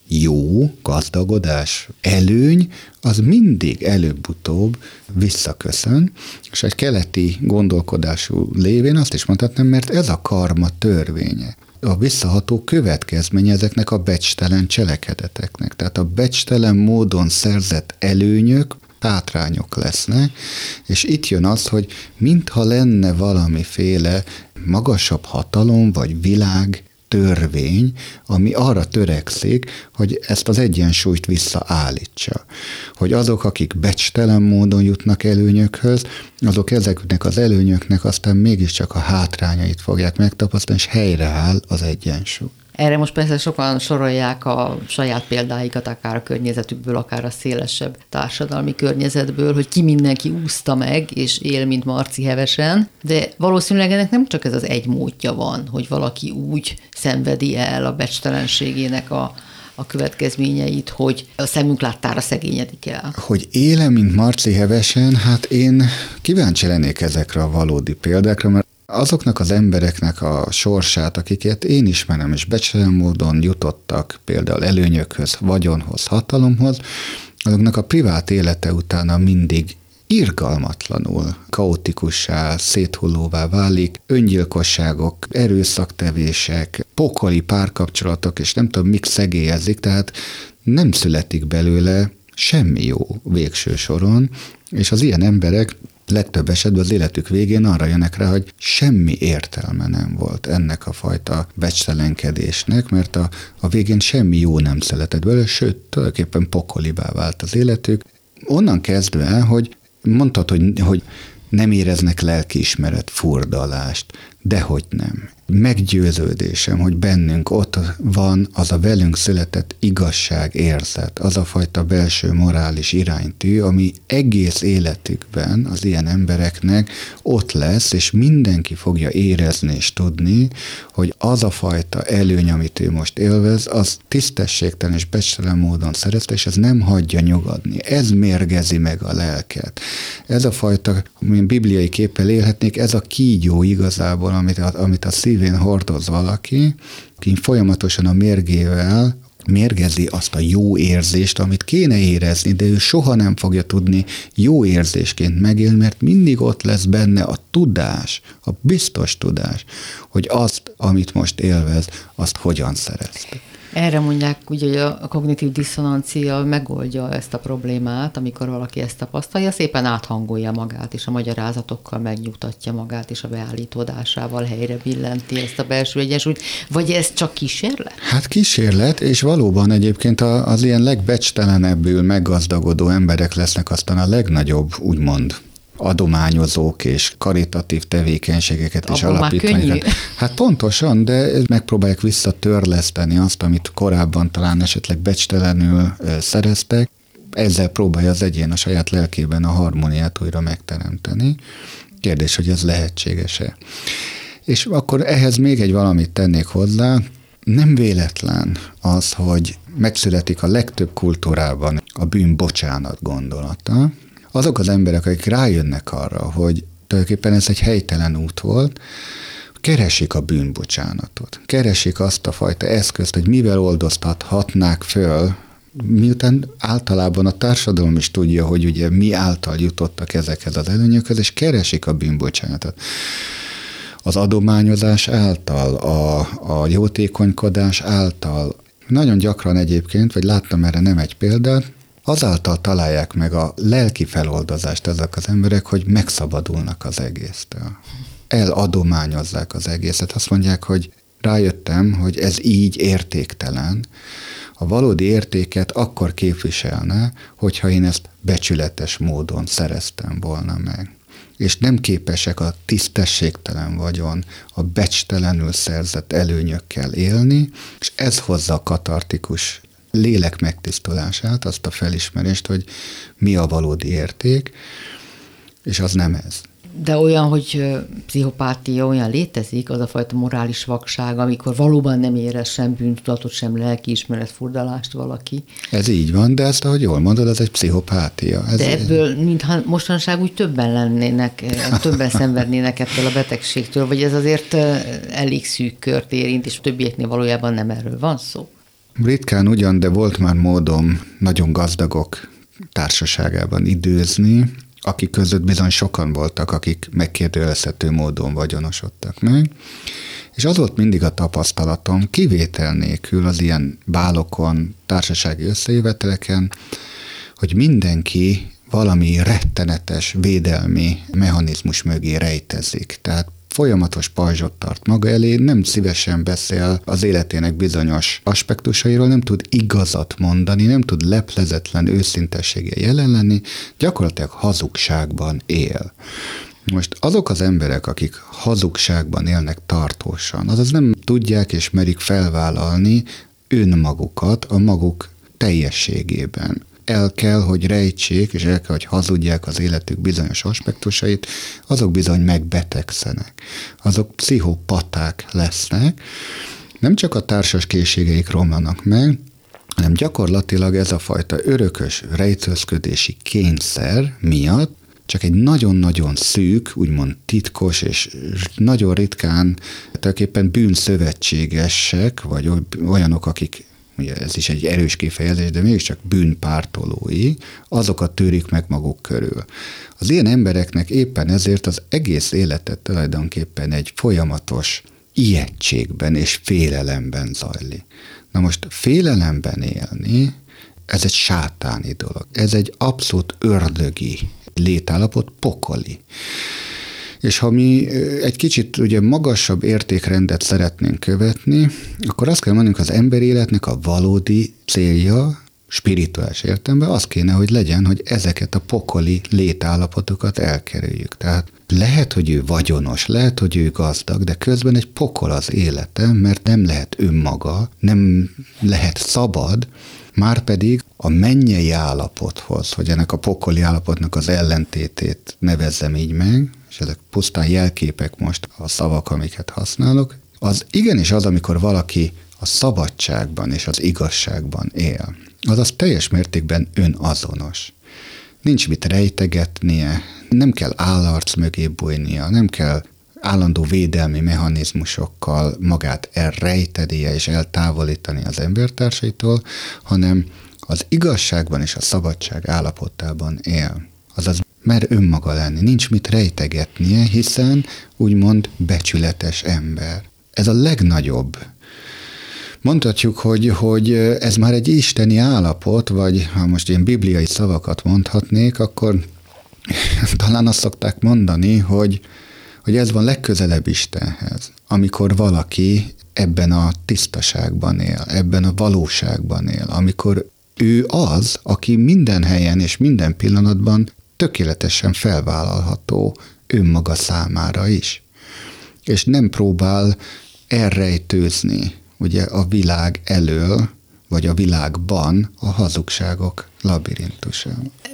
jó, gazdagodás, előny, az mindig előbb-utóbb visszaköszön, és egy keleti gondolkodású lévén azt is mondhatnám, mert ez a karma törvénye. A visszaható következménye ezeknek a becstelen cselekedeteknek. Tehát a becstelen módon szerzett előnyök hátrányok lesznek, és itt jön az, hogy mintha lenne valamiféle magasabb hatalom, vagy világ, törvény, ami arra törekszik, hogy ezt az egyensúlyt visszaállítsa. Hogy azok, akik becstelen módon jutnak előnyökhöz, azok ezeknek az előnyöknek aztán mégiscsak a hátrányait fogják megtapasztalni, és helyreáll az egyensúly. Erre most persze sokan sorolják a saját példáikat, akár a környezetükből, akár a szélesebb társadalmi környezetből, hogy ki mindenki úszta meg, és él, mint Marci hevesen, de valószínűleg ennek nem csak ez az egy módja van, hogy valaki úgy szenvedi el a becstelenségének a, a következményeit, hogy a szemünk láttára szegényedik el. Hogy éle, mint Marci hevesen, hát én kíváncsi lennék ezekre a valódi példákra, mert azoknak az embereknek a sorsát, akiket én ismerem, és becstelen módon jutottak például előnyökhöz, vagyonhoz, hatalomhoz, azoknak a privát élete utána mindig irgalmatlanul kaotikussá, széthullóvá válik, öngyilkosságok, erőszaktevések, pokoli párkapcsolatok, és nem tudom, mik szegélyezik, tehát nem születik belőle semmi jó végső soron, és az ilyen emberek legtöbb esetben az életük végén arra jönnek rá, hogy semmi értelme nem volt ennek a fajta becstelenkedésnek, mert a, a végén semmi jó nem született belőle, sőt, tulajdonképpen pokolibá vált az életük. Onnan kezdve, hogy mondtad, hogy, hogy nem éreznek lelkiismeret furdalást, dehogy nem. meggyőződésem, hogy bennünk ott van az a velünk született igazságérzet, az a fajta belső morális iránytű, ami egész életükben az ilyen embereknek ott lesz, és mindenki fogja érezni és tudni, hogy az a fajta előny, amit ő most élvez, az tisztességtelen és becstelen módon szerezte, és ez nem hagyja nyugodni. Ez mérgezi meg a lelket. Ez a fajta, mint bibliai képpel élhetnék, ez a kígyó igazából, amit a, amit a szívén hordoz valaki, aki folyamatosan a mérgével mérgezi azt a jó érzést, amit kéne érezni, de ő soha nem fogja tudni jó érzésként megélni, mert mindig ott lesz benne a tudás, a biztos tudás, hogy azt, amit most élvez, azt hogyan szerezte. Erre mondják, ugye, hogy a kognitív diszonancia megoldja ezt a problémát, amikor valaki ezt tapasztalja, szépen áthangolja magát, és a magyarázatokkal megnyugtatja magát, és a beállítódásával helyre billenti ezt a belső egyensúlyt. Vagy ez csak kísérlet? Hát kísérlet, és valóban egyébként az ilyen legbecstelenebbül meggazdagodó emberek lesznek aztán a legnagyobb, úgymond, adományozók és karitatív tevékenységeket és alapítványokat. Hát pontosan, de megpróbálják visszatörleszteni azt, amit korábban talán esetleg becstelenül szereztek. Ezzel próbálja az egyén a saját lelkében a harmóniát újra megteremteni. Kérdés, hogy ez lehetséges-e. És akkor ehhez még egy valamit tennék hozzá. Nem véletlen az, hogy megszületik a legtöbb kultúrában a bűn bocsánat gondolata. Azok az emberek, akik rájönnek arra, hogy tulajdonképpen ez egy helytelen út volt, keresik a bűnbocsánatot. Keresik azt a fajta eszközt, hogy mivel oldoztathatnák föl, miután általában a társadalom is tudja, hogy ugye mi által jutottak ezekhez az előnyökhöz, és keresik a bűnbocsánatot. Az adományozás által, a, a jótékonykodás által. Nagyon gyakran egyébként, vagy láttam erre nem egy példát, azáltal találják meg a lelki feloldozást ezek az emberek, hogy megszabadulnak az egésztől. Eladományozzák az egészet. Azt mondják, hogy rájöttem, hogy ez így értéktelen. A valódi értéket akkor képviselne, hogyha én ezt becsületes módon szereztem volna meg. És nem képesek a tisztességtelen vagyon, a becstelenül szerzett előnyökkel élni, és ez hozza a katartikus lélek megtisztulását, azt a felismerést, hogy mi a valódi érték, és az nem ez. De olyan, hogy pszichopátia olyan létezik, az a fajta morális vakság, amikor valóban nem érez sem bűntudatot, sem lelkiismeret furdalást valaki. Ez így van, de ezt, ahogy jól mondod, ez egy pszichopátia. Ez de ebből, mintha mostanság úgy többen lennének, többen szenvednének ettől a betegségtől, vagy ez azért elég szűk kört érint, és többieknél valójában nem erről van szó? Ritkán ugyan, de volt már módom nagyon gazdagok társaságában időzni, akik között bizony sokan voltak, akik megkérdőjelezhető módon vagyonosodtak meg. És az volt mindig a tapasztalatom, kivétel nélkül az ilyen bálokon, társasági összejöveteleken, hogy mindenki valami rettenetes védelmi mechanizmus mögé rejtezik. Tehát folyamatos pajzsot tart maga elé, nem szívesen beszél az életének bizonyos aspektusairól, nem tud igazat mondani, nem tud leplezetlen őszintességgel jelen lenni, gyakorlatilag hazugságban él. Most azok az emberek, akik hazugságban élnek tartósan, azaz nem tudják és merik felvállalni önmagukat a maguk teljességében. El kell, hogy rejtsék, és el kell, hogy hazudják az életük bizonyos aspektusait, azok bizony megbetegszenek. Azok pszichopaták lesznek. Nem csak a társas készségeik romlanak meg, hanem gyakorlatilag ez a fajta örökös rejtőzködési kényszer miatt csak egy nagyon-nagyon szűk, úgymond titkos és nagyon ritkán tulajdonképpen bűnszövetségesek, vagy olyanok, akik, ugye ez is egy erős kifejezés, de mégiscsak bűnpártolói, azokat tűrik meg maguk körül. Az ilyen embereknek éppen ezért az egész életet tulajdonképpen egy folyamatos ijegységben és félelemben zajlik. Na most félelemben élni, ez egy sátáni dolog. Ez egy abszolút ördögi létállapot, pokoli. És ha mi egy kicsit ugye magasabb értékrendet szeretnénk követni, akkor azt kell mondjuk, az ember életnek a valódi célja, spirituális értelemben az kéne, hogy legyen, hogy ezeket a pokoli létállapotokat elkerüljük. Tehát lehet, hogy ő vagyonos, lehet, hogy ő gazdag, de közben egy pokol az élete, mert nem lehet önmaga, nem lehet szabad, márpedig a mennyei állapothoz, hogy ennek a pokoli állapotnak az ellentétét nevezzem így meg, és ezek pusztán jelképek most a szavak, amiket használok, az igenis az, amikor valaki a szabadságban és az igazságban él. Azaz teljes mértékben önazonos. Nincs mit rejtegetnie, nem kell állarc mögé bújnia, nem kell állandó védelmi mechanizmusokkal magát elrejtenie és eltávolítani az embertársaitól, hanem az igazságban és a szabadság állapotában él. Azaz mer önmaga lenni, nincs mit rejtegetnie, hiszen úgymond becsületes ember. Ez a legnagyobb. Mondhatjuk, hogy, hogy ez már egy isteni állapot, vagy ha most ilyen bibliai szavakat mondhatnék, akkor talán azt szokták mondani, hogy, hogy ez van legközelebb Istenhez, amikor valaki ebben a tisztaságban él, ebben a valóságban él, amikor ő az, aki minden helyen és minden pillanatban tökéletesen felvállalható önmaga számára is. És nem próbál elrejtőzni ugye a világ elől, vagy a világban a hazugságok labirintusa.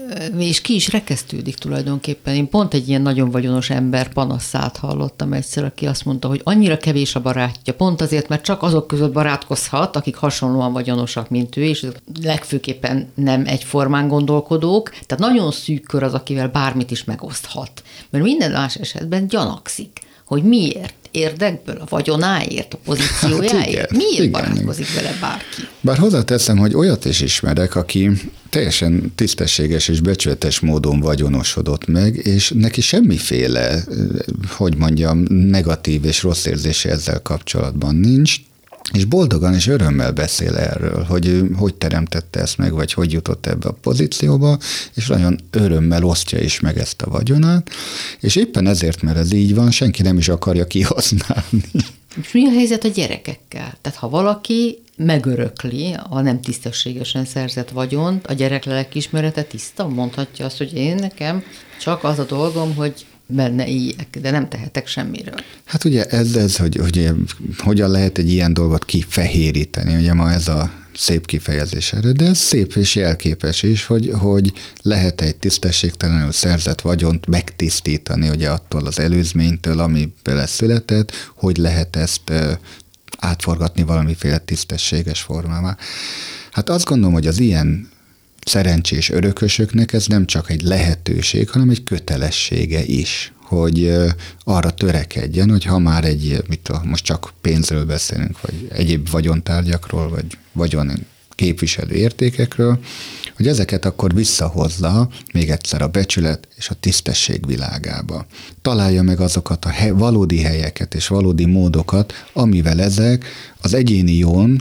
És ki is rekesztődik tulajdonképpen. Én pont egy ilyen nagyon vagyonos ember panaszát hallottam egyszer, aki azt mondta, hogy annyira kevés a barátja, pont azért, mert csak azok között barátkozhat, akik hasonlóan vagyonosak, mint ő, és legfőképpen nem egyformán gondolkodók, tehát nagyon szűk kör az, akivel bármit is megoszthat. Mert minden más esetben gyanakszik, hogy miért? Érdekből, a vagyonáért, a pozíciójáért? Hát igen, miért igen, barátkozik igen. vele bárki? Bár hozzáteszem, hogy olyat is ismerek, aki teljesen tisztességes és becsületes módon vagyonosodott meg, és neki semmiféle, hogy mondjam, negatív és rossz érzése ezzel kapcsolatban nincs, és boldogan és örömmel beszél erről, hogy ő hogy teremtette ezt meg, vagy hogy jutott ebbe a pozícióba, és nagyon örömmel osztja is meg ezt a vagyonát, és éppen ezért, mert ez így van, senki nem is akarja kihasználni. És mi a helyzet a gyerekekkel? Tehát ha valaki megörökli a nem tisztességesen szerzett vagyont, a gyerek lelkiismerete tiszta, mondhatja azt, hogy én nekem csak az a dolgom, hogy benne éljek, de nem tehetek semmiről. Hát ugye ez, ez hogy, hogy hogyan lehet egy ilyen dolgot kifehéríteni, ugye ma ez a szép kifejezés erre, de ez szép és jelképes is, hogy, hogy lehet egy tisztességtelenül szerzett vagyont megtisztítani ugye attól az előzménytől, amiből született, hogy lehet ezt átforgatni valamiféle tisztességes formává. Hát azt gondolom, hogy az ilyen szerencsés örökösöknek ez nem csak egy lehetőség, hanem egy kötelessége is, hogy arra törekedjen, hogy ha már egy, mit tudom, most csak pénzről beszélünk, vagy egyéb vagyontárgyakról, vagy vagyon képviselő értékekről, hogy ezeket akkor visszahozza még egyszer a becsület és a tisztesség világába. Találja meg azokat a he- valódi helyeket és valódi módokat, amivel ezek az egyéni jón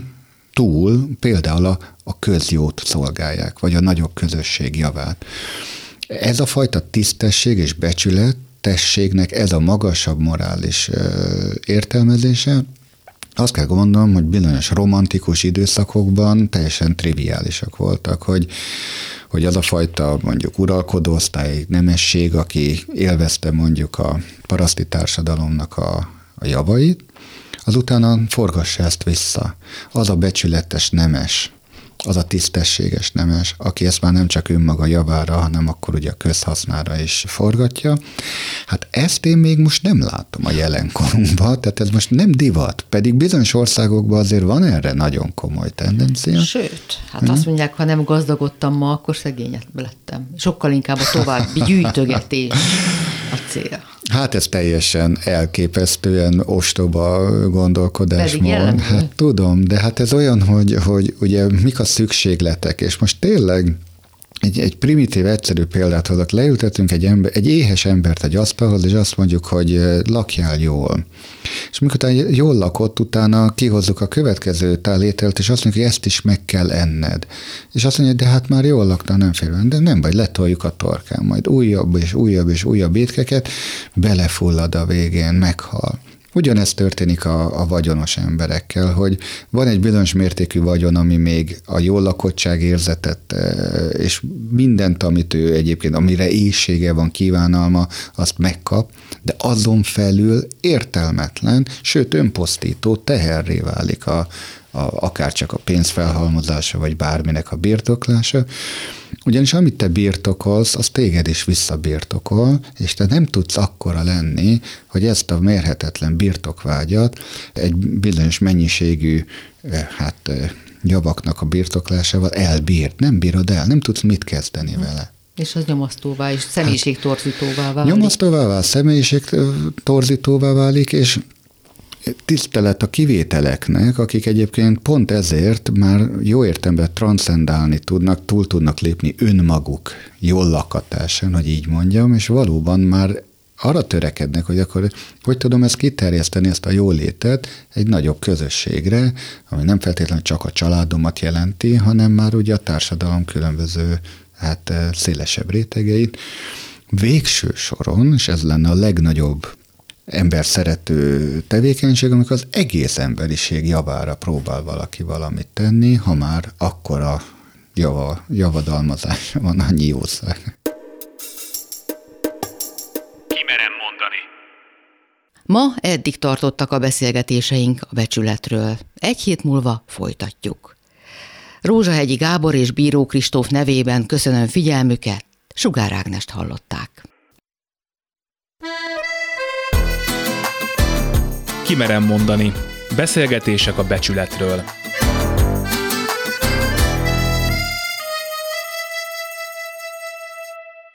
túl például a, a közjót szolgálják, vagy a nagyobb közösség javát. Ez a fajta tisztesség és becsületességnek ez a magasabb morális ö, értelmezése, azt kell gondolnom, hogy bizonyos romantikus időszakokban teljesen triviálisak voltak, hogy, hogy az a fajta mondjuk uralkodó osztály, nemesség, aki élvezte mondjuk a paraszti társadalomnak a, a javait, azutána forgassa ezt vissza. Az a becsületes nemes, az a tisztességes nemes, aki ezt már nem csak önmaga javára, hanem akkor ugye a közhasznára is forgatja. Hát ezt én még most nem látom a jelenkorunkban, tehát ez most nem divat, pedig bizonyos országokban azért van erre nagyon komoly tendencia. Sőt, hát hmm. azt mondják, ha nem gazdagodtam ma, akkor szegényet lettem. Sokkal inkább a további gyűjtögetés a cél. Hát ez teljesen elképesztően ostoba gondolkodásmód. Hát tudom, de hát ez olyan, hogy, hogy ugye mik a szükségletek, és most tényleg egy, egy primitív, egyszerű példát hozok, leültetünk egy, ember, egy éhes embert egy asztalhoz, és azt mondjuk, hogy lakjál jól. És mikor jól lakott, utána kihozzuk a következő tálételt, és azt mondjuk, hogy ezt is meg kell enned. És azt mondja, de hát már jól laktál, nem fél, de nem baj, letoljuk a torkán, majd újabb és újabb és újabb étkeket, belefullad a végén, meghal. Ugyanezt történik a, a vagyonos emberekkel, hogy van egy bizonyos mértékű vagyon, ami még a jól lakottság érzetet, és mindent, amit ő egyébként, amire éhsége van, kívánalma, azt megkap, de azon felül értelmetlen, sőt önpusztító teherré válik a, a, akár csak a pénz felhalmozása, vagy bárminek a birtoklása. Ugyanis amit te birtokolsz, az téged is visszabirtokol, és te nem tudsz akkora lenni, hogy ezt a mérhetetlen birtokvágyat egy bizonyos mennyiségű hát, javaknak a birtoklásával elbírt. Nem bírod el, nem tudsz mit kezdeni vele. És az nyomasztóvá és személyiségtorzítóvá válik. Nyomasztóvá válik, személyiségtorzítóvá válik, és tisztelet a kivételeknek, akik egyébként pont ezért már jó értelemben transzcendálni tudnak, túl tudnak lépni önmaguk jól lakatásán, hogy így mondjam, és valóban már arra törekednek, hogy akkor hogy tudom ezt kiterjeszteni, ezt a jólétet egy nagyobb közösségre, ami nem feltétlenül csak a családomat jelenti, hanem már ugye a társadalom különböző hát szélesebb rétegeit. Végső soron, és ez lenne a legnagyobb ember szerető tevékenység, amikor az egész emberiség javára próbál valaki valamit tenni, ha már akkora java, javadalmazása van, annyi jószág. Kimerem mondani. Ma eddig tartottak a beszélgetéseink a becsületről. Egy hét múlva folytatjuk. Rózsahegyi Gábor és Bíró Kristóf nevében köszönöm figyelmüket, Sugár Ágnest hallották. Kimerem mondani. Beszélgetések a becsületről.